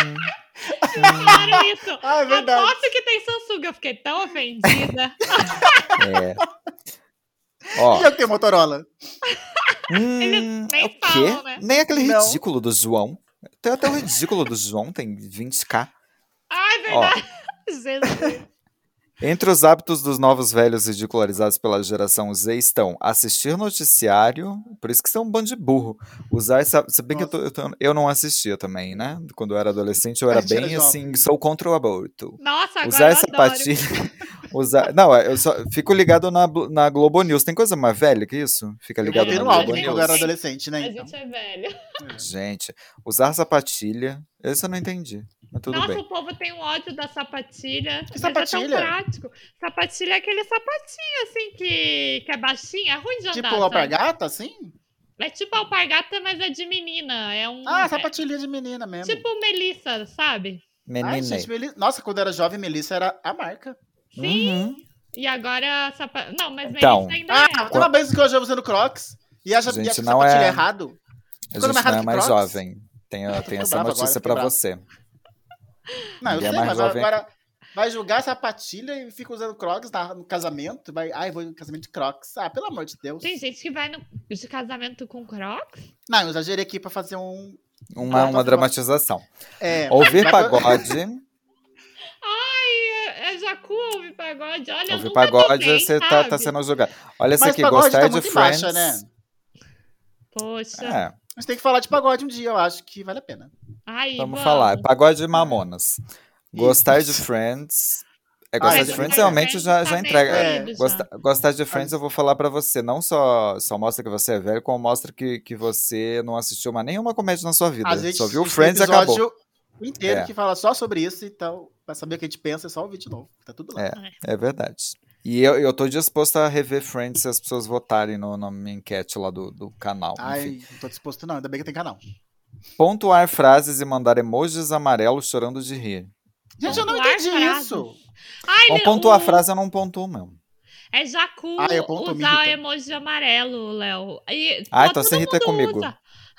C: Falaram isso.
H: É verdade.
C: Aposto que tem Samsung. Eu fiquei tão ofendida.
H: E eu que tenho Motorola?
C: Eles nem
G: o quê?
C: falam, né?
G: Nem aquele
H: Não.
G: ridículo do João. Tem até o ridículo do João, tem 20k.
C: Ai, verdade. Jesus.
G: Entre os hábitos dos novos velhos ridicularizados pela geração Z estão assistir noticiário, por isso que você é um bando de burro. Usar essa. Se bem que eu não assistia também, né? Quando eu era adolescente, eu era bem
H: era
G: assim,
H: jovem.
G: sou contra o aborto.
C: Nossa, agora
G: Usar
C: eu
G: sapatilha. Não, eu só fico ligado na Globo News. Tem coisa mais velha que isso? Fica
H: Eu
G: ligado
H: botei
G: na
H: no
G: Globo
H: álbum
C: News.
H: quando eu era adolescente, né?
C: A
H: Então.
C: gente é velho.
G: Gente, usar sapatilha, esse eu não entendi. Mas tudo
C: Nossa,
G: bem.
C: o povo tem um ódio da sapatilha.
H: Que
C: mas
H: sapatilha?
C: é tão prático. Sapatilha é aquele sapatinho, assim, que é baixinho. É ruim de andar,
H: Tipo
C: sabe?
H: alpargata, assim?
C: É tipo alpargata, mas é de menina. É um...
H: Sapatilha de menina mesmo.
C: Tipo Melissa, sabe?
G: Menina.
H: Gente, Nossa, quando eu era jovem, Melissa era a marca.
C: Sim.
G: Uhum.
C: E agora... Não, mas
G: Então.
C: isso ainda
H: Tem uma vez que eu já usando Crocs e a
G: Gente,
H: essa
G: não
H: sapatilha
G: é-
H: errado.
G: A
H: Ficou
G: gente
H: mais
G: não
H: rápido
G: é
H: que
G: mais
H: Crocs?
G: jovem. Tem
H: tô
G: essa
H: bravo
G: notícia
H: agora,
G: pra
H: fiquei bravo.
G: você.
H: Não, eu
G: Ninguém é
H: sei,
G: mais
H: mas
G: jovem
H: agora vai julgar sapatilha e fica usando Crocs no casamento. Vou no casamento de Crocs. Pelo amor de Deus.
C: Tem gente que vai de casamento com Crocs?
H: Não, eu exagerei aqui pra fazer
G: uma dramatização.
H: vai
G: Ouvir
H: pra-
G: pagode.
C: É Jacu ouvir pagode. Olha, eu
G: Ouvir
C: nunca
G: pagode,
C: toquei,
G: você tá
C: sabe?
G: sendo julgado. Olha essa
H: Mas
G: aqui,
H: pagode
G: gostar
H: tá
G: de
H: muito em
G: Friends.
H: baixa, né?
C: Poxa.
G: É,
H: A gente tem que falar de pagode um dia, eu acho que vale a pena.
C: Aí,
G: vamos falar. Pagode e Mamonas. Gostar de Friends. Gostar
H: Ai,
G: de
H: Deus.
G: Friends realmente já
C: tá
G: entrega.
C: meio doído já.
G: Gostar de Friends, eu vou falar pra você. Não só mostra que você é velho, como mostra que você não assistiu mais nenhuma comédia na sua vida.
H: A gente
G: Só viu
H: tem
G: Friends e
H: episódio
G: acabou.
H: inteiro
G: É.
H: que fala só sobre isso, então, pra saber o que a gente pensa, é só ouvir de novo. Tá tudo lá.
G: É verdade. E eu tô disposto a rever Friends se as pessoas votarem na minha enquete lá do canal. Enfim.
H: Ai, não tô disposto não, ainda bem que tem canal.
G: Pontuar frases e mandar emojis amarelos chorando de rir.
H: Gente, eu não
C: Pontuar
H: entendi
C: frases.
H: isso.
C: Ai,
G: Vamos pontuar a frase, eu não pontuo mesmo.
C: É Jacu
H: eu ponto, me
C: usar o
H: irrita.
C: emoji amarelo, Léo.
G: Então
C: todo
G: você irrita
C: mundo
G: comigo.
C: usa.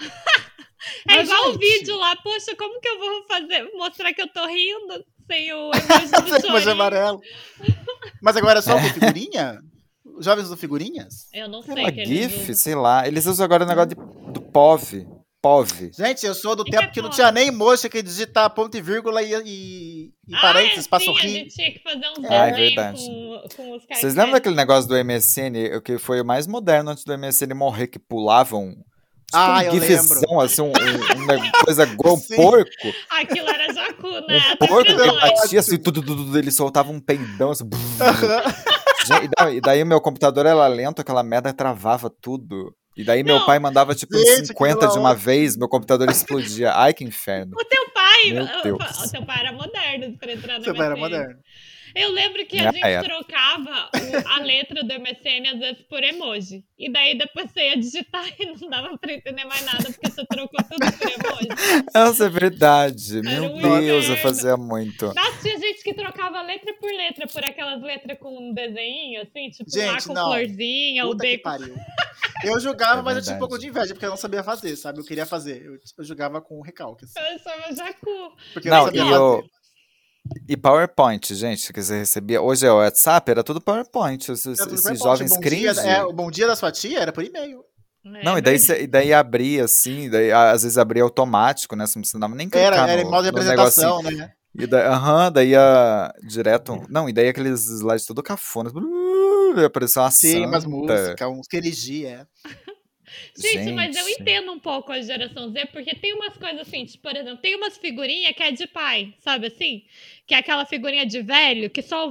H: Mas,
C: igual o
H: gente.
C: vídeo lá. Poxa, como que eu vou mostrar que eu tô rindo sem o emoji do
H: Mas é
C: chorinho?
H: amarelo. Mas agora é só ouvir figurinha? Os jovens usam figurinhas?
C: Eu não sei
G: Sei lá,
C: que eles
G: GIF,
C: usam.
G: sei lá. Eles usam agora o negócio do POV. POV.
H: Gente, eu sou do
C: Que
H: tempo
C: que
H: que
C: é
H: não
C: foda?
H: tinha nem emoji, que digitar ponto e vírgula e parênteses pra
C: sim, a
H: sorrir.
C: gente tinha que fazer uns
G: É
C: desenhos
G: verdade.
C: com os
G: Vocês lembram daquele negócio do MSN, que foi o mais moderno antes do MSN morrer, que pulavam tipo
H: eu
G: um gifzão, assim, coisa igual um
H: Sim.
G: porco.
C: Aquilo era Jacu, né?
G: Um porco que
C: Até
G: batia assim, tudo, ele soltava um peidão, assim. Gente, e daí o meu computador era lento, aquela merda travava tudo. E daí meu
C: Não.
G: pai mandava tipo uns
H: Gente,
G: 50
H: aquilo
G: de
H: é
G: uma
H: ótimo.
G: vez, meu computador explodia. Ai, que inferno.
C: O teu pai,
G: Meu Deus.
C: o teu pai era moderno pra entrar no
H: Você era
C: MSN.
H: moderno.
C: Eu lembro que
G: Já
C: a gente
G: era.
C: trocava a letra do MSN às vezes por emoji. E daí depois você ia digitar e não dava pra entender mais nada, porque você trocou tudo por emoji.
G: Nossa, é verdade.
C: Era
G: Meu
C: um
G: Deus, eu
C: inferno.
G: fazia muito.
C: Nossa, tinha gente que trocava letra por aquelas letras com um desenho, assim, tipo um A
H: Gente,
C: com
H: não.
C: florzinha, o
H: Puta
C: B
H: que
C: com...
H: pariu. Eu julgava,
G: É
H: mas eu tinha
G: verdade.
H: um pouco de inveja, porque eu não sabia fazer, sabe? Eu queria fazer. Eu julgava com recalque, assim,
C: Eu chamo Jacu.
H: porque eu não
G: Não,
H: sabia
G: e
H: fazer.
G: E PowerPoint, gente, que você recebia. Hoje é o WhatsApp, era tudo PowerPoint.
H: Era tudo
G: Esses
H: bem
G: jovens
H: bom dia,
G: cringe.
H: o bom dia da sua tia era por e-mail.
G: Não, e daí abria assim, às vezes abria automático, né? Você não precisava nem clicar
H: Era em modo de
G: no negocinho.
H: apresentação, né?
G: E daí ia direto. Não, e daí aqueles slides tudo cafonas. Apareceu uma
H: Sim, umas
G: santa.
H: músicas, uns querigi,
C: Gente, mas eu
G: Gente.
C: entendo um pouco a geração Z, porque tem umas coisas assim, tipo, por exemplo, tem umas figurinhas que é de pai, sabe assim? Que é aquela figurinha de velho, que só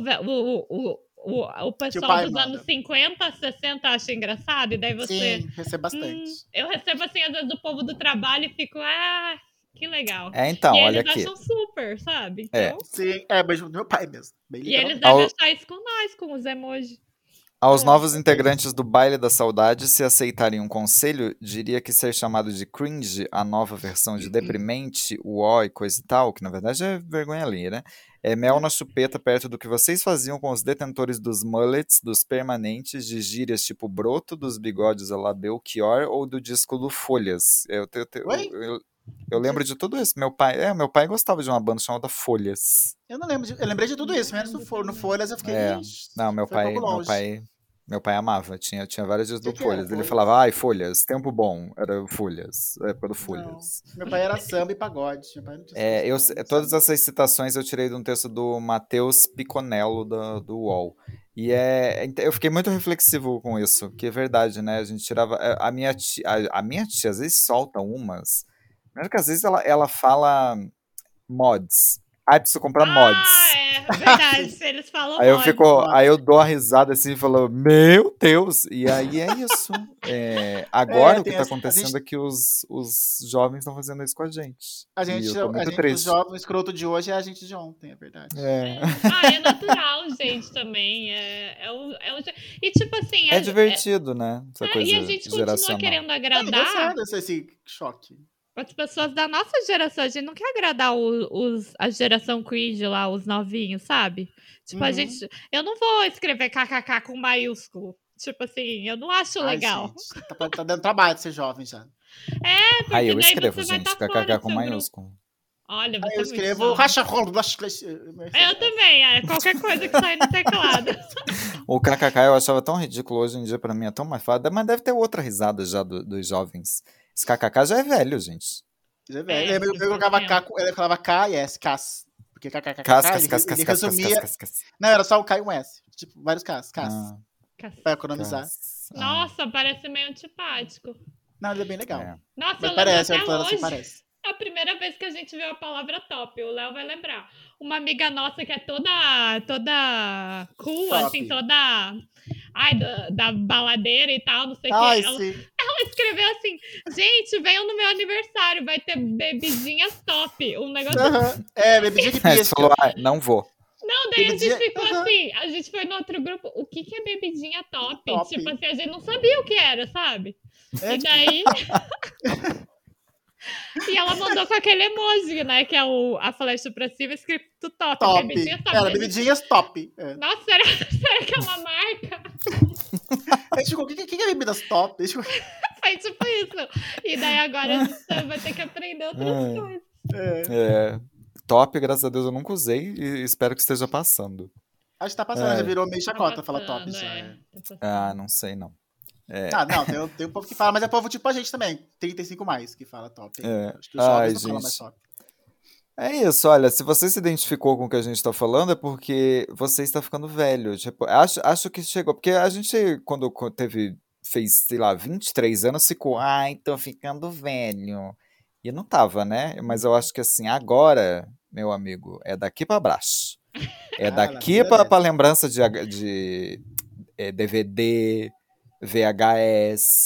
C: o pessoal
H: pai
C: dos
H: manda.
C: anos 50, 60 acha engraçado, e daí você...
H: Sim, recebo bastante.
C: Eu recebo assim, às vezes, do povo do trabalho e fico, que legal.
G: Então,
C: e
G: olha
C: eles
G: aqui.
C: acham super, sabe?
G: É.
C: Então,
H: Sim, beijo do meu pai mesmo. Bem
C: e eles
H: literalmente.
C: devem achar isso com nós, com os emojis.
G: Aos novos integrantes do Baile da Saudade, se aceitarem um conselho, diria que ser chamado de cringe, a nova versão de deprimente, uó e coisa e tal, que na verdade é vergonha ali, né? É mel na chupeta perto do que vocês faziam com os detentores dos mullets, dos permanentes, de gírias tipo broto, dos bigodes a la Belchior ou do disco do Folhas.
H: Oi?
G: Eu lembro de tudo isso. Meu pai gostava de uma banda chamada Folhas.
H: Eu não lembro, eu lembrei de tudo isso, menos no Folhas eu fiquei... "Ixi,
G: Não, meu
H: foi um
G: pai,
H: pouco longe."
G: meu pai amava. Tinha vários dias do
H: Que era
G: Folhas. Ele
H: Folhas?
G: falava, ai, Folhas, tempo bom. Era Folhas, época do Folhas.
H: Não, meu pai era samba e pagode. Meu pai não tinha
G: Todas essas citações eu tirei de um texto do Matheus Piconello, do UOL. E eu fiquei muito reflexivo com isso, que é verdade, né? A gente tirava... A minha tia às vezes solta umas... Primeiro que às vezes ela fala mods. Preciso comprar mods.
C: É verdade, se eles falam
G: Aí eu dou a risada assim e falo, meu Deus! E aí é isso. Agora o que tá acontecendo é que os jovens estão fazendo isso com a gente. E eu tô muito
H: o
G: triste.
H: jovem escroto de hoje é a gente de ontem, é verdade.
C: É natural, gente, também. E tipo assim...
G: É divertido, né? Essa coisa
C: e a gente continua
G: geracional.
C: querendo
H: É
C: agradar.
H: engraçado esse choque.
C: as pessoas da nossa geração, a gente não quer agradar a geração cringe lá, os novinhos, sabe? Tipo, a gente. Eu não vou escrever kkk com maiúsculo. Tipo assim, eu não acho
H: Ai,
C: legal.
H: gente, tá dando trabalho de ser jovem já.
C: Porque
G: Aí eu
C: daí
G: escrevo,
C: você vai
G: gente,
C: tá fora
G: kkk
C: do
G: com
C: seu
G: maiúsculo.
C: Olha, você
H: Aí
C: é
H: eu
C: muito
H: escrevo
C: jovem.
H: racha rolo.
C: Eu também, qualquer coisa que sai no teclado.
G: O kkk eu achava tão ridículo, hoje em dia pra mim é tão mais fácil, mas deve ter outra risada já dos jovens. Esse kkk já é velho, gente.
H: Eu colocava K, ele falava K e S, Cas. Porque KKKK, ele resumia... Não, era só o K e um S. Tipo, vários Ks, Cas. Pra economizar.
C: Nossa, parece meio antipático.
H: Não, ele é bem legal.
C: Nossa,
H: Mas
C: eu
H: parece,
C: lembro até
H: assim,
C: hoje.
H: parece.
C: A primeira vez que a gente viu a palavra top, o Léo vai lembrar. Uma amiga nossa que é toda cool,
H: Top.
C: assim, toda... Ai, da baladeira e tal, não sei o
H: Ai,
C: que.
H: sim.
C: Ela escreveu assim, gente, venham no meu aniversário, vai ter bebidinhas top. Um negócio...
H: Bebidinha que
G: Aí você
H: pisca.
G: falou, não vou.
C: Não, daí
H: Bebidinha-
C: a gente ficou assim, a gente foi no outro grupo, o que é bebidinha top? Tipo assim, a gente não sabia o que era, sabe? E daí... E ela mandou com aquele emoji, né? Que é a flecha pra cima, escrito top.
H: Top.
C: Bebidinha top.
H: Era bebidinhas top.
C: Nossa, será que é uma marca?
H: A gente ficou, o que é bebidas top? A gente ficou...
C: Foi tipo isso. E daí agora a gente vai ter que aprender outras coisas.
G: Top, graças a Deus, eu nunca usei e espero que esteja passando.
H: Acho que tá passando, já virou meio chacota falar top.
G: Não sei não.
H: Não, tem um povo que fala, mas é povo tipo a gente também, 35 mais, que fala top. Acho que os jovens não falam mais top.
G: É isso, olha, se você se identificou com o que a gente tá falando, é porque você está ficando velho. Tipo, acho que chegou, porque a gente, quando fez, sei lá, 23 anos, ficou, tô ficando velho. E não tava, né? Mas eu acho que assim, agora, meu amigo, é daqui pra baixo. É daqui pra lembrança de DVD... VHS,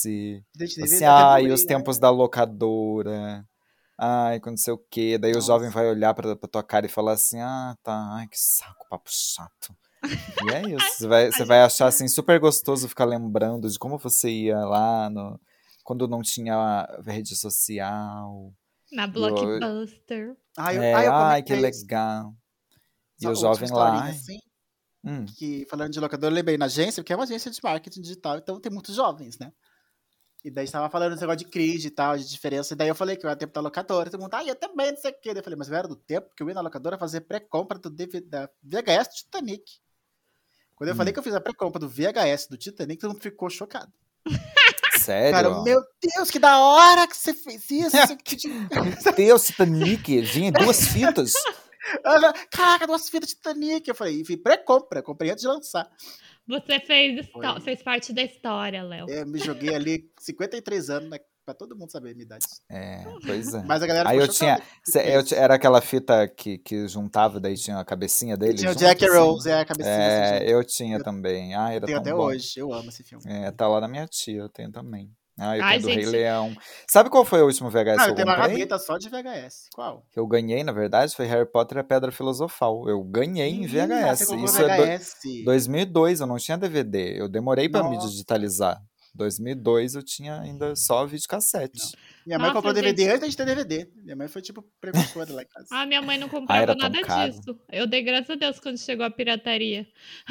G: e os tempos da locadora, quando não sei o que, daí o jovem vai olhar pra tua cara e falar assim, tá, que saco, papo chato. E é isso, você vai achar assim super gostoso ficar lembrando de como você ia lá quando não tinha rede social.
C: Na Blockbuster.
G: Que legal. E o jovem lá...
H: Que, falando de locadora, eu lembrei na agência, porque é uma agência de marketing digital, então tem muitos jovens, né? E daí estava falando desse negócio de cringe e tal, de diferença, e daí eu falei que eu era tempo da locadora, todo mundo, eu também, não sei o quê. Daí eu falei, mas eu era do tempo que eu ia na locadora fazer pré-compra da VHS do Titanic. Quando eu falei que eu fiz a pré-compra do VHS do Titanic, todo mundo ficou chocado.
G: Sério?
H: Cara, meu Deus, que da hora que você fez isso!
G: Meu Deus, Titanic, vinha em 2 fitas.
H: Caraca, 2 fitas de Titanic. Eu falei, enfim, pré-compra, comprei antes de lançar.
C: Você fez parte da história, Léo.
H: Me joguei ali 53 anos, né, pra todo mundo saber a minha idade.
G: Pois é.
H: Mas a galera
G: aí
H: ficou
G: era aquela fita que juntava, daí tinha a cabecinha dele.
H: Tinha o Jack Rose, a cabecinha.
G: Eu tinha também. Era
H: tenho
G: tão
H: até
G: bom.
H: hoje, eu amo esse filme.
G: Tá lá na minha tia, eu tenho também. Eu tenho do Rei Leão. Sabe qual foi o último VHS que eu comprei?
H: Eu tenho uma gaveta só de VHS. Qual?
G: Que eu ganhei, na verdade, foi Harry Potter e a Pedra Filosofal. Eu ganhei em VHS.
H: Isso VHS.
G: É 2002, eu não tinha DVD. Eu demorei pra me digitalizar. 2002 eu tinha ainda só videocassete.
H: Minha mãe comprou DVD antes de ter DVD. Minha mãe foi tipo precursora lá em casa.
C: Minha mãe não comprava nada disso. Eu dei graças a Deus quando chegou a pirataria.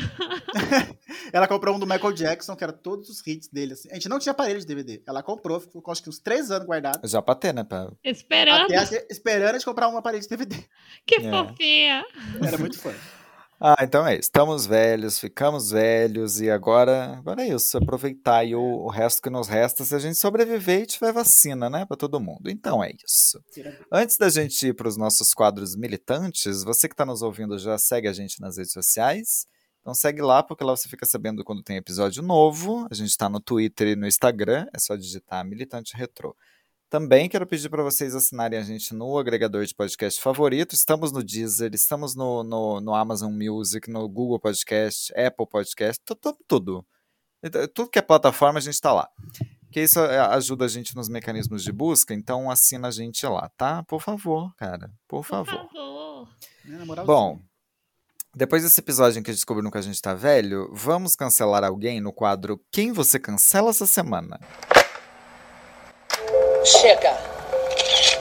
H: Ela comprou um do Michael Jackson, que era todos os hits dele. Assim. A gente não tinha aparelho de DVD. Ela comprou, ficou acho que uns 3 anos guardado.
G: Já pra ter, né?
C: Esperando
H: a gente comprar um aparelho de DVD.
C: Que fofinha.
H: Era muito fã.
G: Então é isso. Estamos velhos, ficamos velhos e agora é isso. Aproveitar aí o resto que nos resta se a gente sobreviver e tiver vacina, né? Pra todo mundo. Então é isso. Antes da gente ir para os nossos quadros militantes, você que está nos ouvindo já segue a gente nas redes sociais. Então segue lá, porque lá você fica sabendo quando tem episódio novo. A gente está no Twitter e no Instagram. É só digitar Militante Retrô. Também quero pedir para vocês assinarem a gente no agregador de podcast favorito. Estamos no Deezer, estamos no Amazon Music, no Google Podcast, Apple Podcast, tudo. Tudo que é plataforma a gente está lá. Porque isso ajuda a gente nos mecanismos de busca, então assina a gente lá, tá? Por favor, cara. Por favor. Bom, depois desse episódio em que descobriram que a gente tá velho, vamos cancelar alguém no quadro Quem Você Cancela Essa Semana?
I: Chega!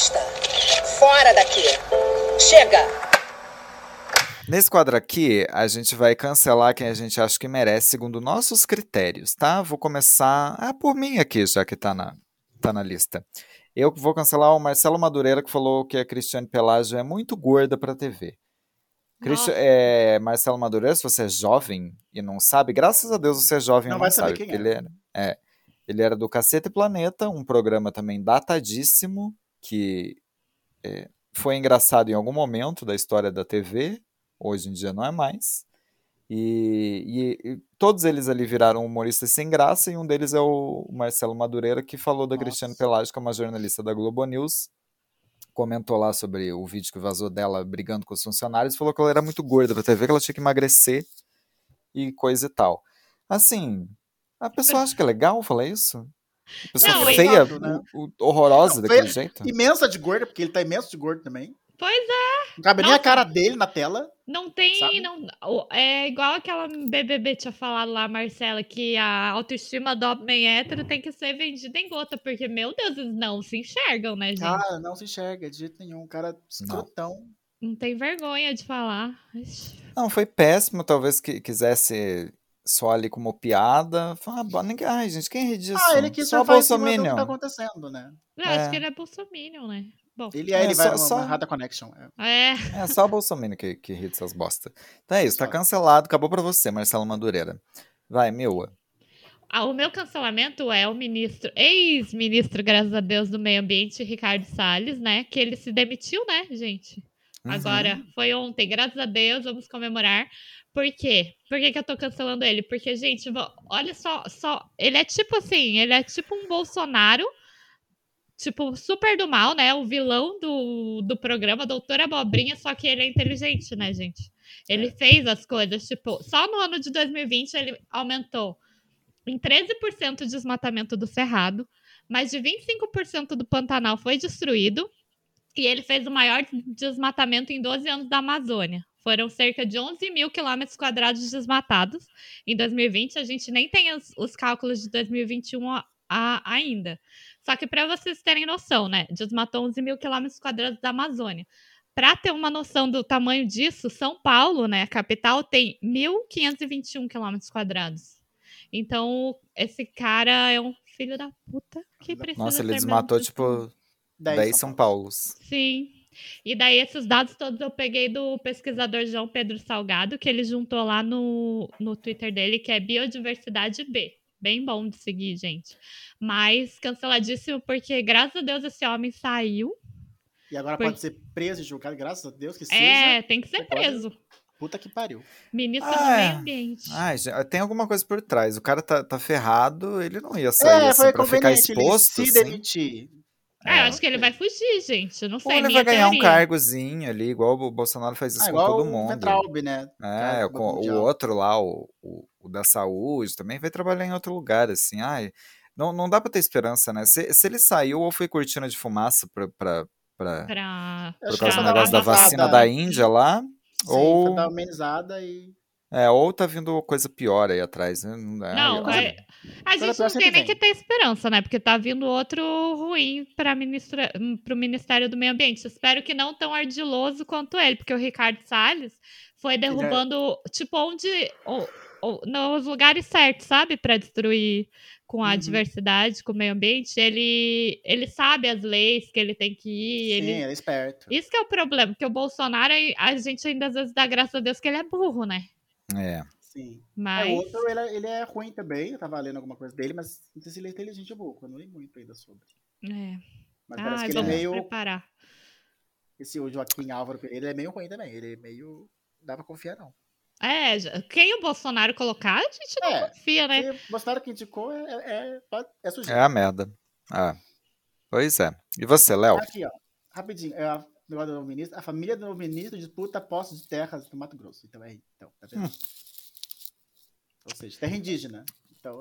I: Basta. Fora daqui. Chega.
G: Nesse quadro aqui, a gente vai cancelar quem a gente acha que merece, segundo nossos critérios, tá? Vou começar por mim aqui, já que tá na lista. Eu vou cancelar o Marcelo Madureira, que falou que a Cristiane Pelágio é muito gorda pra TV. Marcelo Madureira, se você é jovem e não sabe, graças a Deus você é jovem e
H: Não
G: não
H: vai
G: sabe.
H: saber quem
G: Porque ele era do Cacete Planeta, um programa também datadíssimo, que foi engraçado em algum momento da história da TV, hoje em dia não é mais. E todos eles ali viraram humoristas sem graça, e um deles é o Marcelo Madureira, que falou da Cristiane Pelágio, que é uma jornalista da Globo News, comentou lá sobre o vídeo que vazou dela brigando com os funcionários, falou que ela era muito gorda pra TV, que ela tinha que emagrecer e coisa e tal. Assim, a pessoa acha que é legal falar isso? A pessoa
C: Não,
G: feia,
H: né?
G: horrorosa daquele jeito?
H: Imensa de gorda, porque ele tá imenso de gordo também.
C: Pois é.
H: Não cabe nem a cara dele na tela.
C: Não tem,
H: Sabe?
C: não, é igual aquela BBB tinha falado lá, Marcela, que a autoestima do homem hétero tem que ser vendida em gota, porque, meu Deus, eles não se enxergam, né, gente?
H: Cara, não se enxerga de jeito nenhum. Cara escrotão.
C: Não tem vergonha de falar. Ixi.
G: Não, foi péssimo, talvez que quisesse só ali como piada. Ai, gente, quem ri disso?
H: Ele quis
G: só
H: surfar em cima do que
G: bolsominion.
H: tá acontecendo, né?
C: Eu acho que ele é bolsominion, né? Bom.
H: Ele
G: É,
H: vai
G: só-
H: numa Rada Connection.
G: É só o Bolsonaro que ri dessas bosta. Então é isso, tá cancelado, acabou pra você, Marcelo Madureira. Vai, Meua.
C: O meu cancelamento é o ex-ministro, graças a Deus, do Meio Ambiente, Ricardo Salles, né? Que ele se demitiu, né, gente? Agora, foi ontem, graças a Deus, vamos comemorar. Por quê? Por que eu tô cancelando ele? Porque, gente, olha só, ele é tipo assim, ele é tipo um Bolsonaro, tipo, super do mal, né? O vilão do programa, Doutor Abobrinha, só que ele é inteligente, né, gente? Ele fez as coisas, tipo, só no ano de 2020 ele aumentou em 13% o desmatamento do Cerrado, mais de 25% do Pantanal foi destruído, e ele fez o maior desmatamento em 12 anos da Amazônia. Foram cerca de 11 mil quilômetros quadrados desmatados. Em 2020, a gente nem tem os cálculos de 2021 ainda. Só que para vocês terem noção, né? Desmatou 11 mil quilômetros quadrados da Amazônia. Para ter uma noção do tamanho disso, São Paulo, né, a capital, tem 1.521 quilômetros quadrados. Então, esse cara é um filho da puta que precisa
G: Nossa, ele
C: ser
G: desmatou,
C: mesmo
G: tipo, 10 São Paulos.
C: Sim. E daí, esses dados todos eu peguei do pesquisador João Pedro Salgado, que ele juntou lá no Twitter dele, que é Biodiversidade B. Bem bom de seguir, gente. Mas canceladíssimo, porque, graças a Deus, esse homem saiu.
H: E agora pode ser preso e julgado, graças a Deus que seja.
C: Tem que ser preso.
H: Puta que pariu.
C: Ministro do Meio Ambiente.
G: Ai, gente, tem alguma coisa por trás. O cara tá ferrado, ele não ia sair assim
H: foi
G: pra ficar
H: conveniente ele
G: exposto.
H: se
G: assim.
H: demitir.
C: Eu acho que ele vai fugir, gente. Eu não
G: Ou
C: sei,
G: ele
C: minha
G: vai ganhar um
C: teoria.
G: cargozinho ali, igual o Bolsonaro faz isso com
H: igual
G: todo
H: o
G: mundo.
H: Ventralbe, né?
G: O outro lá, o da saúde, também vai trabalhar em outro lugar, assim. Ai, não dá pra ter esperança, né? Se ele saiu ou foi cortina de fumaça por causa do negócio da vacina da Índia lá,
H: Sim,
G: ou...
H: foi dar uma amenizada e...
G: ou tá vindo coisa pior aí atrás, né?
C: Não, a gente não tem nem que ter esperança, né? Porque tá vindo outro ruim pro Ministério do Meio Ambiente. Espero que não tão ardiloso quanto ele, porque o Ricardo Salles foi derrubando, tipo, nos lugares certos, sabe? Pra destruir com a diversidade, com o meio ambiente. Ele sabe as leis que ele tem que ir.
H: Sim, ele é esperto.
C: Isso que é o problema, porque o Bolsonaro, a gente ainda às vezes dá graças a Deus que ele é burro, né?
H: Sim.
C: Mas...
H: O outro, ele é ruim também. Eu tava lendo alguma coisa dele, mas não sei se ele é inteligente ou burro. Eu não li muito ainda sobre. Mas parece que ele é meio...
C: preparar.
H: O Joaquim Álvaro Pereira, ele é meio ruim também. Ele é meio... Não dá pra confiar, não.
C: Quem o Bolsonaro colocar, a gente não confia, né?
H: O Bolsonaro que indicou é sujeito.
G: É a merda. Pois é. E você, Léo?
H: Aqui, ó. Rapidinho. Negócio do ministro. A família do ministro disputa posse de terras no Mato Grosso. Então, tá vendo? Ou seja, terra indígena. Então,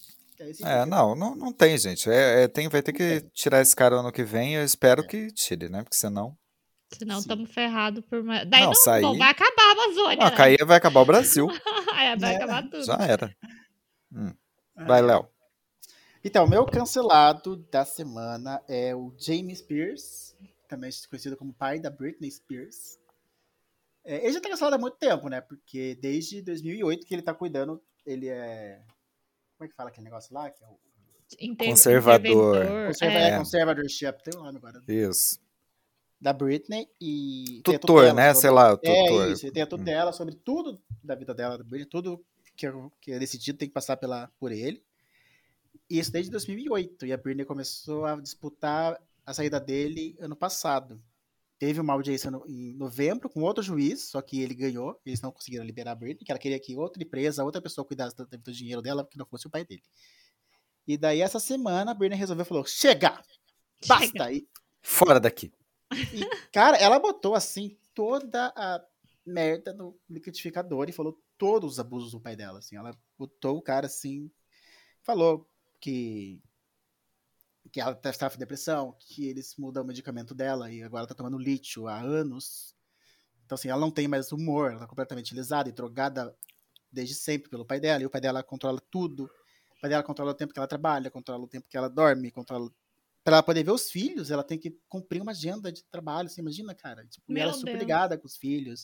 G: não tem, gente. Vai ter que tirar esse cara ano que vem. Eu espero que tire, né? Porque senão...
C: Senão estamos ferrados por mais... Daí vai acabar a Amazônia,
G: né? Cair vai acabar o Brasil.
C: Vai acabar tudo.
G: Já era. Vai, Léo.
H: Então, o meu cancelado da semana é o Jamie Spears, também conhecido como pai da Britney Spears. Ele já tá cancelado há muito tempo, né? Porque desde 2008 que ele tá cuidando, ele é... Como é que fala aquele negócio lá? Que é o
G: Conservador.
H: conservatorship, tem um nome agora.
G: Isso.
H: Da Britney e...
G: Tutor,
H: tem a tutela
G: né?
H: sobre-
G: Sei lá, o tutor.
H: isso, ele tem a tutela sobre tudo da vida dela, da Britney, tudo que é decidido tem que passar por ele. E isso desde 2008. E a Britney começou a disputar a saída dele ano passado. Teve uma audiência em novembro com outro juiz, só que ele ganhou. Eles não conseguiram liberar a Britney, que ela queria que outra empresa, outra pessoa cuidasse do dinheiro dela, que não fosse o pai dele. E daí, essa semana, a Britney resolveu, falou, chega! Basta!
G: Fora daqui.
H: E, cara, ela botou, assim, toda a merda no liquidificador e falou todos os abusos do pai dela, assim. Ela botou o cara, assim, falou que ela estava com depressão, que eles mudam o medicamento dela e agora ela tá tomando lítio há anos. Então, assim, ela não tem mais humor, ela tá completamente lesada e drogada desde sempre pelo pai dela, e o pai dela controla tudo. O pai dela controla o tempo que ela trabalha, controla o tempo que ela dorme, controla... Pra ela poder ver os filhos, ela tem que cumprir uma agenda de trabalho, você imagina, cara? Tipo, e ela é super
C: Deus.
H: ligada com os filhos.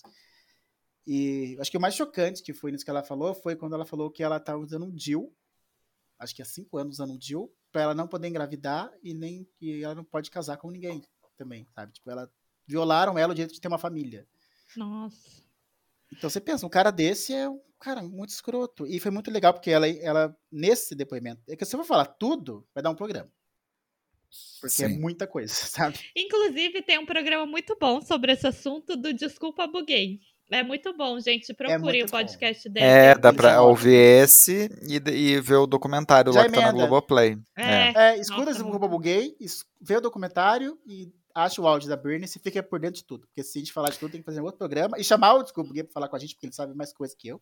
H: E acho que o mais chocante que foi nisso que ela falou foi quando ela falou que ela tava usando um DIU, acho que há 5 anos usando um DIU, pra ela não poder engravidar e nem que ela não pode casar com ninguém também, sabe? Tipo, violaram ela o direito de ter uma família.
C: Nossa.
H: Então você pensa, um cara desse é um cara muito escroto. E foi muito legal porque ela nesse depoimento, é que se eu for falar tudo, vai dar um programa. Porque é
G: Sim.
H: muita coisa, sabe?
C: Inclusive, tem um programa muito bom sobre esse assunto do Desculpa Buguei. É muito bom, gente. Procurem
H: muito
C: o podcast dele.
G: Dá pra
H: 19.
G: ouvir esse e ver o documentário
H: Já
G: lá que tá na
H: emenda.
G: Globoplay.
H: Escuta esse
C: muito
H: Roupa Gay, vê o documentário e acha o áudio da Britney e fica por dentro de tudo. Porque se a gente falar de tudo, tem que fazer um outro programa e chamar o Desculpa Gay pra falar com a gente, porque ele sabe mais coisa que eu.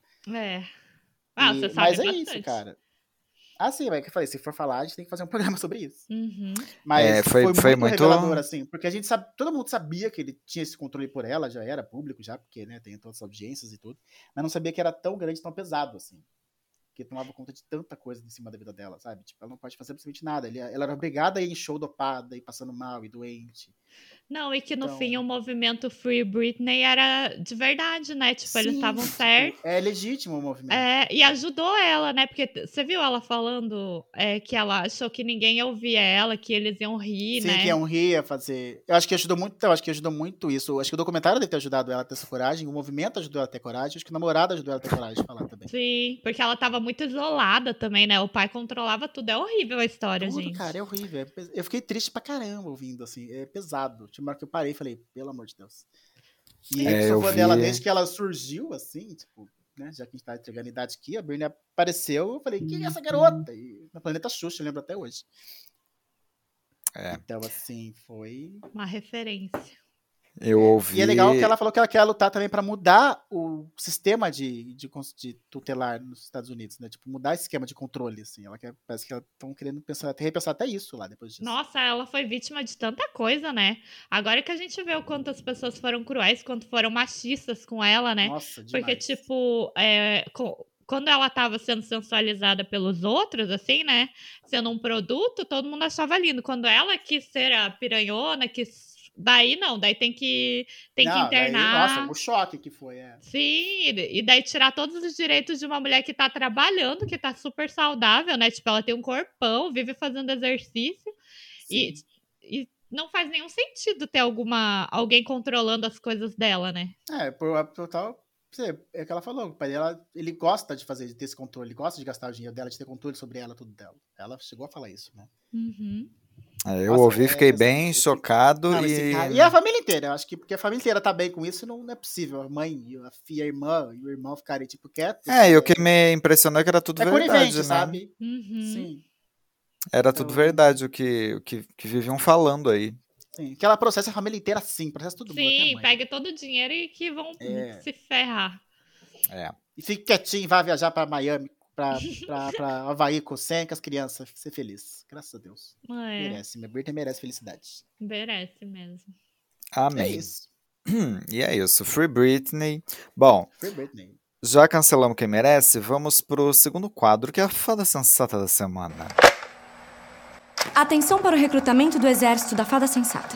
C: Ah, você sabe
H: Mas é
C: bastante.
H: isso, cara. Ah, sim, mas é que eu falei, se for falar, a gente tem que fazer um programa sobre isso.
C: Uhum.
H: Mas
G: foi muito
H: revelador, assim, porque a gente sabe, todo mundo sabia que ele tinha esse controle por ela, já era público, já, porque, né, tem todas as audiências e tudo, mas não sabia que era tão grande, tão pesado, assim. Que tomava conta de tanta coisa em cima da vida dela, sabe? Tipo, ela não pode fazer absolutamente nada. Ela era obrigada a ir em show dopada, e passando mal, e doente.
C: Não, e que no
H: Então-
C: fim o movimento Free Britney era de verdade, né? Tipo, eles
H: Sim,
C: estavam
H: tipo,
C: certos.
H: É legítimo o movimento.
C: E ajudou ela, né? Porque você viu ela falando que ela achou que ninguém ia ouvir ela, que eles iam rir,
H: Sim,
C: né?
H: que iam rir a fazer. Eu acho que ajudou muito isso. Eu acho que o documentário deve ter ajudado ela a ter essa coragem, o movimento ajudou ela a ter coragem, acho que o namorado ajudou ela a ter coragem de falar também.
C: Sim, porque ela tava muito isolada também, né? O pai controlava tudo. É horrível a história,
H: Tudo,
C: gente.
H: cara, é horrível. Eu fiquei triste pra caramba ouvindo, assim. É pesado. Tinha uma hora que eu parei e falei, pelo amor de Deus. E eu sou
G: eu
H: fã dela
G: vi.
H: desde que ela surgiu, assim, tipo, né? Já que a gente tá entregando a idade aqui, a Britney apareceu, eu falei, quem é essa garota? E no Planeta Xuxa, eu lembro até hoje. Então, assim, foi...
C: Uma referência.
G: Eu ouvi.
H: E é legal que ela falou que ela quer lutar também pra mudar o sistema de tutelar nos Estados Unidos, né? Tipo, mudar esse esquema de controle, assim. Parece que elas estão querendo repensar até isso lá depois disso.
C: Nossa, ela foi vítima de tanta coisa, né? Agora que a gente vê o quanto as pessoas foram cruéis, quanto foram machistas com ela, né?
H: Nossa, demais.
C: Porque, tipo, quando ela tava sendo sensualizada pelos outros, assim, né? Sendo um produto, todo mundo achava lindo. Quando ela quis ser a piranhona, daí não, daí tem que internar.
H: Daí, nossa, o choque que foi,
C: Sim, e daí tirar todos os direitos de uma mulher que tá trabalhando, que tá super saudável, né? Tipo, ela tem um corpão, vive fazendo exercício. E não faz nenhum sentido ter alguém controlando as coisas dela, né?
H: Por total... É o que ela falou, o pai dela, ele gosta de ter esse controle, ele gosta de gastar o dinheiro dela, de ter controle sobre ela, tudo dela. Ela chegou a falar isso, né?
C: Uhum.
G: Eu ouvi, fiquei bem chocado.
H: E a família inteira, eu acho que porque a família inteira tá bem com isso, não é possível. A mãe, a irmã e o irmão ficarem, tipo, quietos.
G: E o que me impressionou é que era tudo verdade, né?
H: Sabe?
C: Uhum.
H: Sim.
G: Era tudo verdade o que viviam falando aí.
H: Sim, que ela processa a família inteira sim, processa todo mundo.
C: Sim, pegue todo o dinheiro e que vão se ferrar.
H: E fique quietinho, vá viajar pra Miami, pra Havaí sem as crianças, ser feliz. Graças a Deus. Merece, minha Britney merece felicidade.
C: Merece mesmo.
G: Amém.
H: É isso.
G: E é isso, Free Britney. Bom,
H: Free Britney.
G: Já cancelamos quem merece, vamos pro segundo quadro, que é a fada sensata da semana.
J: Atenção para o recrutamento do exército da Fada Sensata.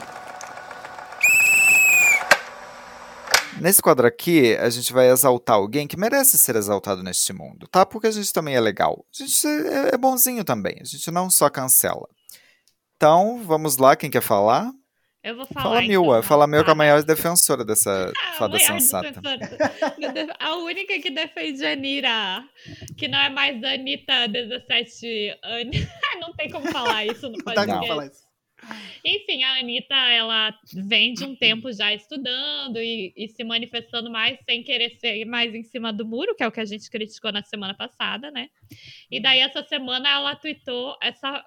G: Nesse quadro aqui, a gente vai exaltar alguém que merece ser exaltado neste mundo, tá? Porque a gente também é legal. A gente é bonzinho também, a gente não só cancela. Então, vamos lá, quem quer falar?
C: Eu vou falar,
G: Fala Milwa,
C: então.
G: fala a Milwa que é a maior defensora dessa
C: A
G: Fada
C: maior
G: Sensata.
C: defensora. A única que defende a Anira, que não é mais a Anitta 17 anos. Não tem como falar isso no
H: Não dá como
C: podcast.
H: falar isso.
C: Enfim, a Anitta, ela vem de um tempo já estudando e se manifestando mais sem querer ser mais em cima do muro, que é o que a gente criticou na semana passada, né? E daí, essa semana, ela tweetou essa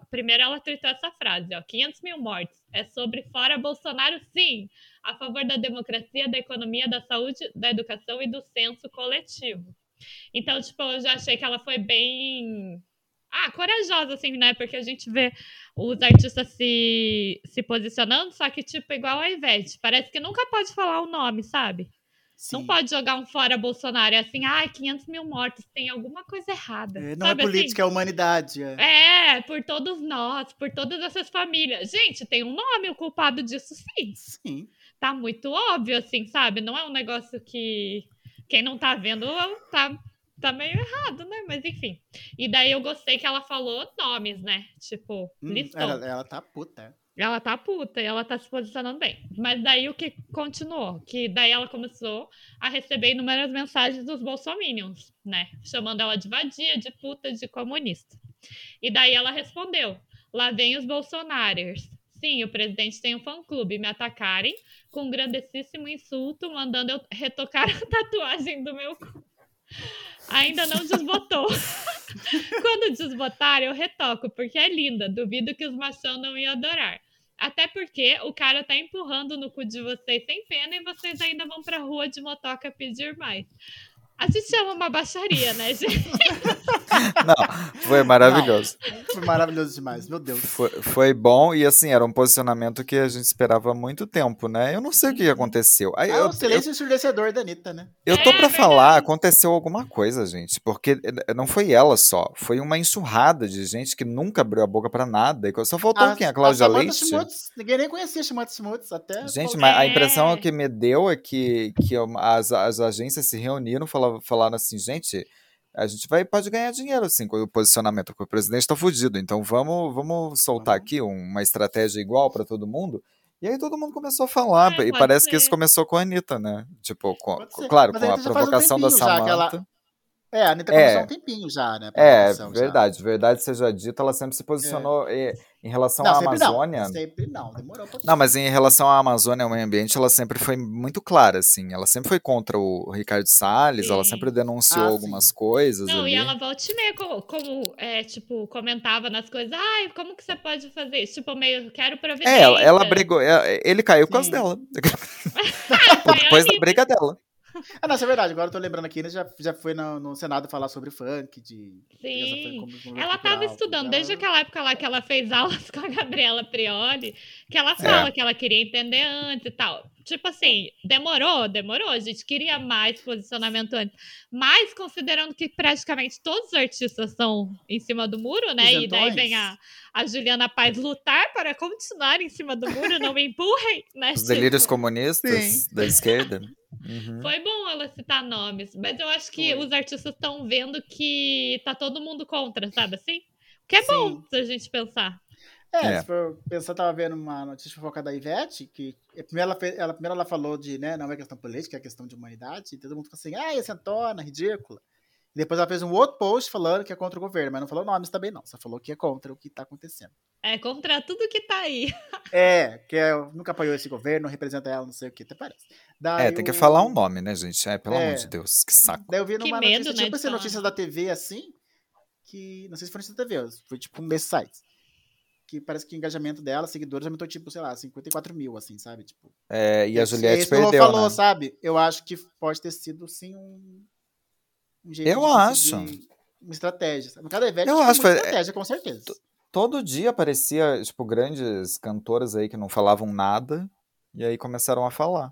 C: frase, ó, 500 mil mortes. É sobre fora Bolsonaro, sim. A favor da democracia, da economia, da saúde, da educação e do senso coletivo. Então, tipo, eu já achei que ela foi bem... corajosa, assim, né? Porque a gente vê os artistas se posicionando, só que, tipo, igual a Ivete. Parece que nunca pode falar o nome, sabe?
H: Sim.
C: Não pode jogar um fora Bolsonaro. É assim, 500 mil mortos. Tem alguma coisa errada.
H: Não
C: sabe,
H: é política,
C: assim?
H: é humanidade.
C: Por todos nós, por todas essas famílias. Gente, tem um nome, o culpado disso, sim.
H: Sim.
C: Tá muito óbvio, assim, sabe? Não é um negócio que quem não tá vendo tá meio errado, né? Mas enfim. E daí eu gostei que ela falou nomes, né? Tipo, listou.
H: Ela tá puta.
C: Ela tá puta e ela tá se posicionando bem. Mas daí o que continuou? Que daí ela começou a receber inúmeras mensagens dos bolsominions, né? Chamando ela de vadia, de puta, de comunista. E daí ela respondeu: lá vem os bolsonarios. Sim, o presidente tem um fã-clube. Me atacarem com um grandíssimo insulto, mandando eu retocar a tatuagem do meu cu. Ainda não desbotou. Quando desbotar, eu retoco, porque é linda. Duvido que os machão não iam adorar. Até porque o cara tá empurrando no cu de vocês sem pena e vocês ainda vão pra rua de motoca pedir mais. A gente chama uma baixaria, né, gente?
G: Não, foi maravilhoso.
H: Foi maravilhoso demais, meu Deus.
G: Foi bom e, assim, era um posicionamento que a gente esperava há muito tempo, né? Eu não sei o que aconteceu.
H: O silêncio ensurdecedor da Anitta, né?
G: Eu tô pra falar, aconteceu alguma coisa, gente, porque não foi ela só, foi uma enxurrada de gente que nunca abriu a boca pra nada. E só faltou quem? A Cláudia Leite?
H: Schmutz, ninguém nem conhecia Samantha Schmutz até.
G: Gente, mas a impressão que me deu é que as agências se reuniram e falaram assim, gente, a gente pode ganhar dinheiro assim com o posicionamento, porque o presidente tá fudido, então vamos soltar aqui uma estratégia igual pra todo mundo. E aí todo mundo começou a falar, e parece que isso começou com a Anitta, né? Tipo, claro, com a provocação da Samantha.
H: A Anitta começou há um tempinho já, né?
G: Verdade seja dita, ela sempre se posicionou em relação à
H: sempre
G: Amazônia.
H: Sempre não, demorou pra
G: Não, mas em relação à Amazônia e ao meio ambiente, ela sempre foi muito clara, assim. Ela sempre foi contra o Ricardo Salles, ela sempre denunciou algumas coisas.
C: Não,
G: ali.
C: E ela volta e meia, tipo, comentava nas coisas, como que você pode fazer isso? Tipo, meio, quero providência.
G: Ela brigou, ele caiu por causa dela. Depois da briga dela.
H: Não, isso é verdade. Agora eu tô lembrando aqui, né? Já foi no Senado falar sobre funk,
C: Sim. Ela tava estudando desde aquela época lá que ela fez aulas com a Gabriela Prioli, que ela fala que ela queria entender antes e tal. Tipo assim, demorou, a gente queria mais posicionamento antes. Mas considerando que praticamente todos os artistas estão em cima do muro, né?
H: Isentões.
C: E daí vem a Juliana Paz lutar para continuar em cima do muro, não me empurrem, né?
G: Os delírios comunistas da esquerda. Uhum.
C: Foi bom ela citar nomes, mas eu acho que os artistas estão vendo que tá todo mundo contra, sabe assim? O que é bom se a gente pensar.
H: Se for pensar, tava vendo uma notícia fofocada da Ivete, que primeiro ela falou de, né, não é questão política, é questão de humanidade, e todo mundo ficou assim, isentona, ridícula. E depois ela fez um outro post falando que é contra o governo, mas não falou nomes também não, só falou que é contra o que tá acontecendo.
C: É contra tudo que tá aí.
H: Nunca apoiou esse governo, não representa ela, não sei o que, até parece.
G: Tem que falar um nome, né, gente? Pelo amor de Deus, que saco.
H: Daí eu vi numa notícia,
C: né,
H: tipo essa notícia da TV, assim, que, não sei se foi notícia da TV, foi tipo um desses sites, que parece que o engajamento dela, seguidores, aumentou tipo, sei lá, 54 mil, assim, sabe? Tipo,
G: e a Juliette perdeu,
H: falou,
G: né?
H: sabe? Eu acho que pode ter sido, sim, um jeito
G: eu
H: de
G: acho.
H: Uma estratégia, sabe? Cada evento
G: eu acho
H: uma estratégia, com certeza.
G: Todo dia aparecia, tipo, grandes cantoras aí que não falavam nada, e aí começaram a falar.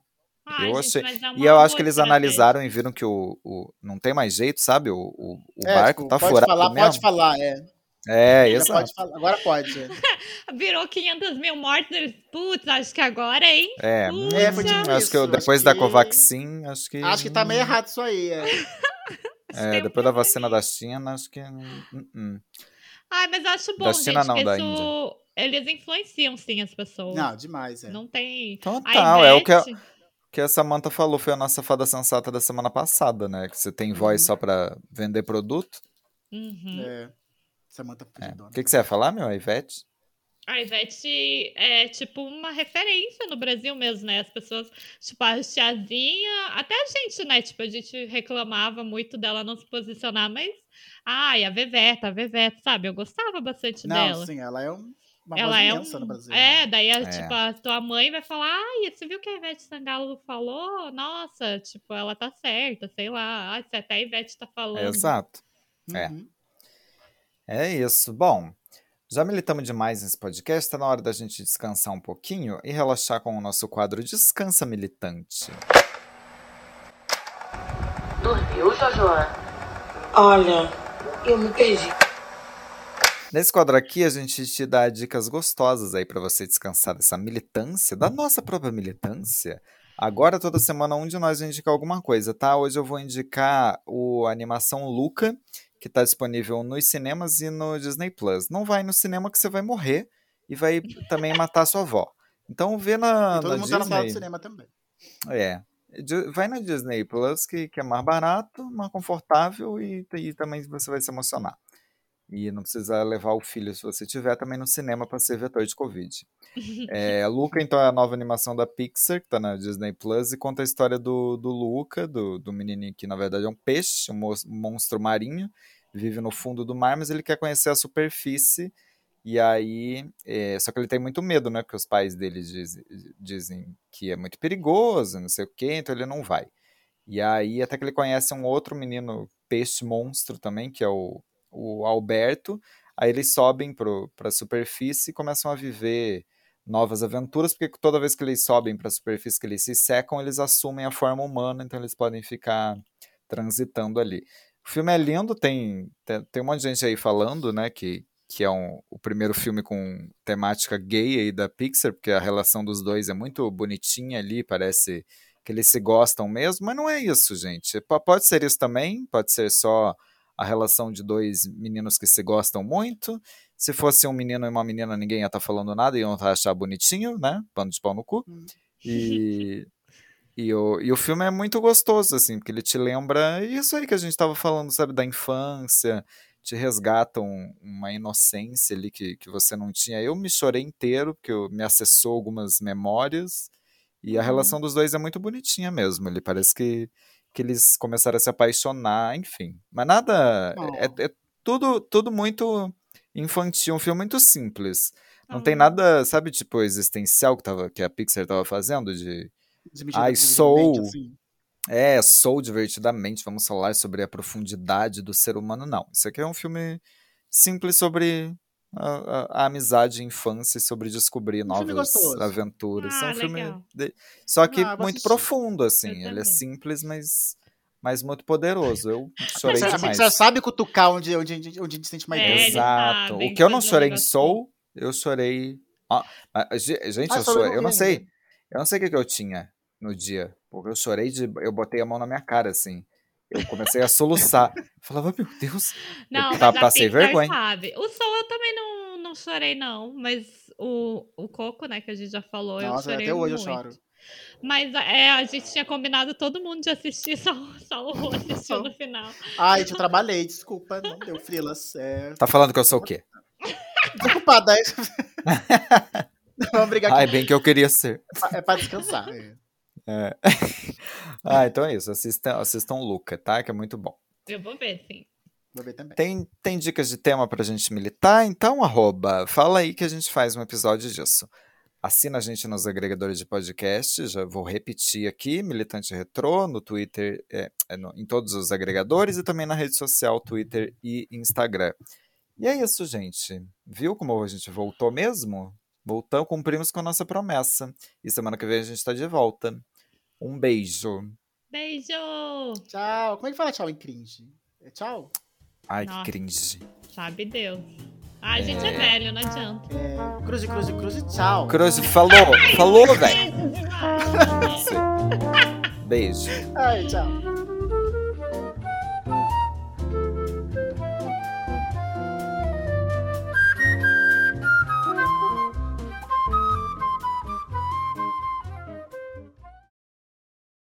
G: Eu acho que eles analisaram e viram que não tem mais jeito, sabe? O barco tá furado mesmo.
H: Pode falar,
G: É,
H: Já
G: exato.
H: pode falar, agora pode.
C: Virou 500 mil mortes. Eles, putz, acho que agora, hein?
G: É,
H: Foi tipo
G: acho que
H: isso.
G: depois da Covaxin,
H: Acho que tá meio errado isso aí.
G: depois da vacina da China, acho que...
C: Ai, mas eu acho
G: Da
C: bom,
G: China
C: gente,
G: não,
C: que
G: da
C: isso...
G: Índia.
C: Eles influenciam, sim, as pessoas.
H: Não, demais,
C: Não tem...
G: Total,
C: A
G: é o que
C: Ivete...
G: que a Samantha falou, foi a nossa fada sensata da semana passada, né? Que você tem voz só pra vender produto.
H: Samantha
G: O que você ia falar, meu? A Ivete?
C: A Ivete é, tipo, uma referência no Brasil mesmo, né? As pessoas, tipo, a tiazinha... Até a gente, né? Tipo, a gente reclamava muito dela não se posicionar, mas... Ai, a Veveta, sabe? Eu gostava bastante dela.
H: Não, sim, ela é uma voz
C: Ela é
H: imensa no Brasil.
C: daí, tipo, a tua mãe vai falar, ai, você viu o que a Ivete Sangalo falou? Nossa, tipo, ela tá certa, sei lá. Ai, se até a Ivete tá falando.
G: Exato. É isso. Bom, já militamos demais nesse podcast, tá na hora da gente descansar um pouquinho e relaxar com o nosso quadro Descansa Militante.
I: Dormiu, Jojo? Olha, eu me perdi.
G: Nesse quadro aqui, a gente te dá dicas gostosas aí pra você descansar dessa militância, da nossa própria militância. Agora, toda semana, um de nós vai indicar alguma coisa, tá? Hoje eu vou indicar a animação Luca, que tá disponível nos cinemas e no Disney Plus. Não vai no cinema que você vai morrer e vai também matar sua avó. Então vê na
H: E todo mundo
G: Disney.
H: tá na sala do cinema também.
G: Vai na Disney Plus, que é mais barato, mais confortável e também você vai se emocionar. E não precisa levar o filho, se você tiver, também no cinema para ser vetor de Covid. Luca, então, é a nova animação da Pixar, que tá na Disney Plus, e conta a história do Luca, do menininho que, na verdade, é um peixe, um monstro marinho, vive no fundo do mar, mas ele quer conhecer a superfície, e aí... só que ele tem muito medo, né? Porque os pais dele dizem que é muito perigoso, não sei o quê, então ele não vai. E aí, até que ele conhece um outro menino peixe monstro também, que é o Alberto. Aí eles sobem para a superfície e começam a viver novas aventuras, porque toda vez que eles sobem para a superfície, que eles se secam, eles assumem a forma humana, então eles podem ficar transitando ali. O filme é lindo, tem um monte de gente aí falando, né, que é o primeiro filme com temática gay aí da Pixar, porque a relação dos dois é muito bonitinha ali, parece que eles se gostam mesmo, mas não é isso, gente. Pode ser isso também, pode ser só a relação de dois meninos que se gostam muito. Se fosse um menino e uma menina, ninguém ia estar falando nada, iam achar bonitinho, né? Pano de pau no cu. E o filme é muito gostoso, assim, porque ele te lembra isso aí que a gente estava falando, sabe, da infância, te resgata uma inocência ali que você não tinha. Eu me chorei inteiro, porque me acessou algumas memórias, e a relação dos dois é muito bonitinha mesmo. Ele parece que eles começaram a se apaixonar, enfim. Mas nada... É tudo muito infantil, um filme muito simples. Não tem nada, sabe, tipo, existencial que a Pixar tava fazendo de... Soul.
H: Assim.
G: Soul divertidamente. Vamos falar sobre a profundidade do ser humano. Não, isso aqui é um filme simples sobre a amizade, a infância, e sobre descobrir novas aventuras. É um filme só que muito profundo, assim. Ele é simples, mas muito poderoso. Eu chorei demais.
H: Você sabe cutucar onde a gente sente mais dor.
G: Exato. O que eu não chorei em Soul, eu chorei... gente, eu não sei. Eu não sei o que eu tinha no dia. Porque eu chorei eu botei a mão na minha cara, assim. Eu comecei a soluçar. Falava, meu Deus.
C: Não,
G: eu
C: mas
G: passei vergonha.
C: Sabe. O Soul eu também não chorei, não. Mas o Coco, né, que a gente já falou, eu chorei
H: até hoje
C: muito.
H: eu choro.
C: Mas a gente tinha combinado todo mundo de assistir, só o Rô assistiu no final.
H: Ai, eu trabalhei, desculpa, não deu frilas.
G: Tá falando que eu sou o quê?
H: Desculpada. Vamos brigar aqui.
G: Ai, bem que eu queria ser.
H: É pra descansar.
G: Então é isso. Assistam Luca, tá? Que é muito bom.
C: Eu vou ver, sim.
H: Vou ver também.
G: Tem dicas de tema pra gente militar? Então, fala aí que a gente faz um episódio disso. Assina a gente nos agregadores de podcast, já vou repetir aqui, Militante Retrô, no Twitter, em todos os agregadores, e também na rede social, Twitter e Instagram. E é isso, gente. Viu como a gente voltou mesmo? Voltamos, cumprimos com a nossa promessa. E semana que vem a gente tá de volta. Um beijo.
C: Beijo!
H: Tchau. Como é que fala tchau em cringe? Tchau?
G: Ai, que cringe.
C: Sabe Deus. A gente é velho, não adianta.
H: Cruz, tchau.
G: Cruz, falou, velho. Beijo.
H: Ai, tchau.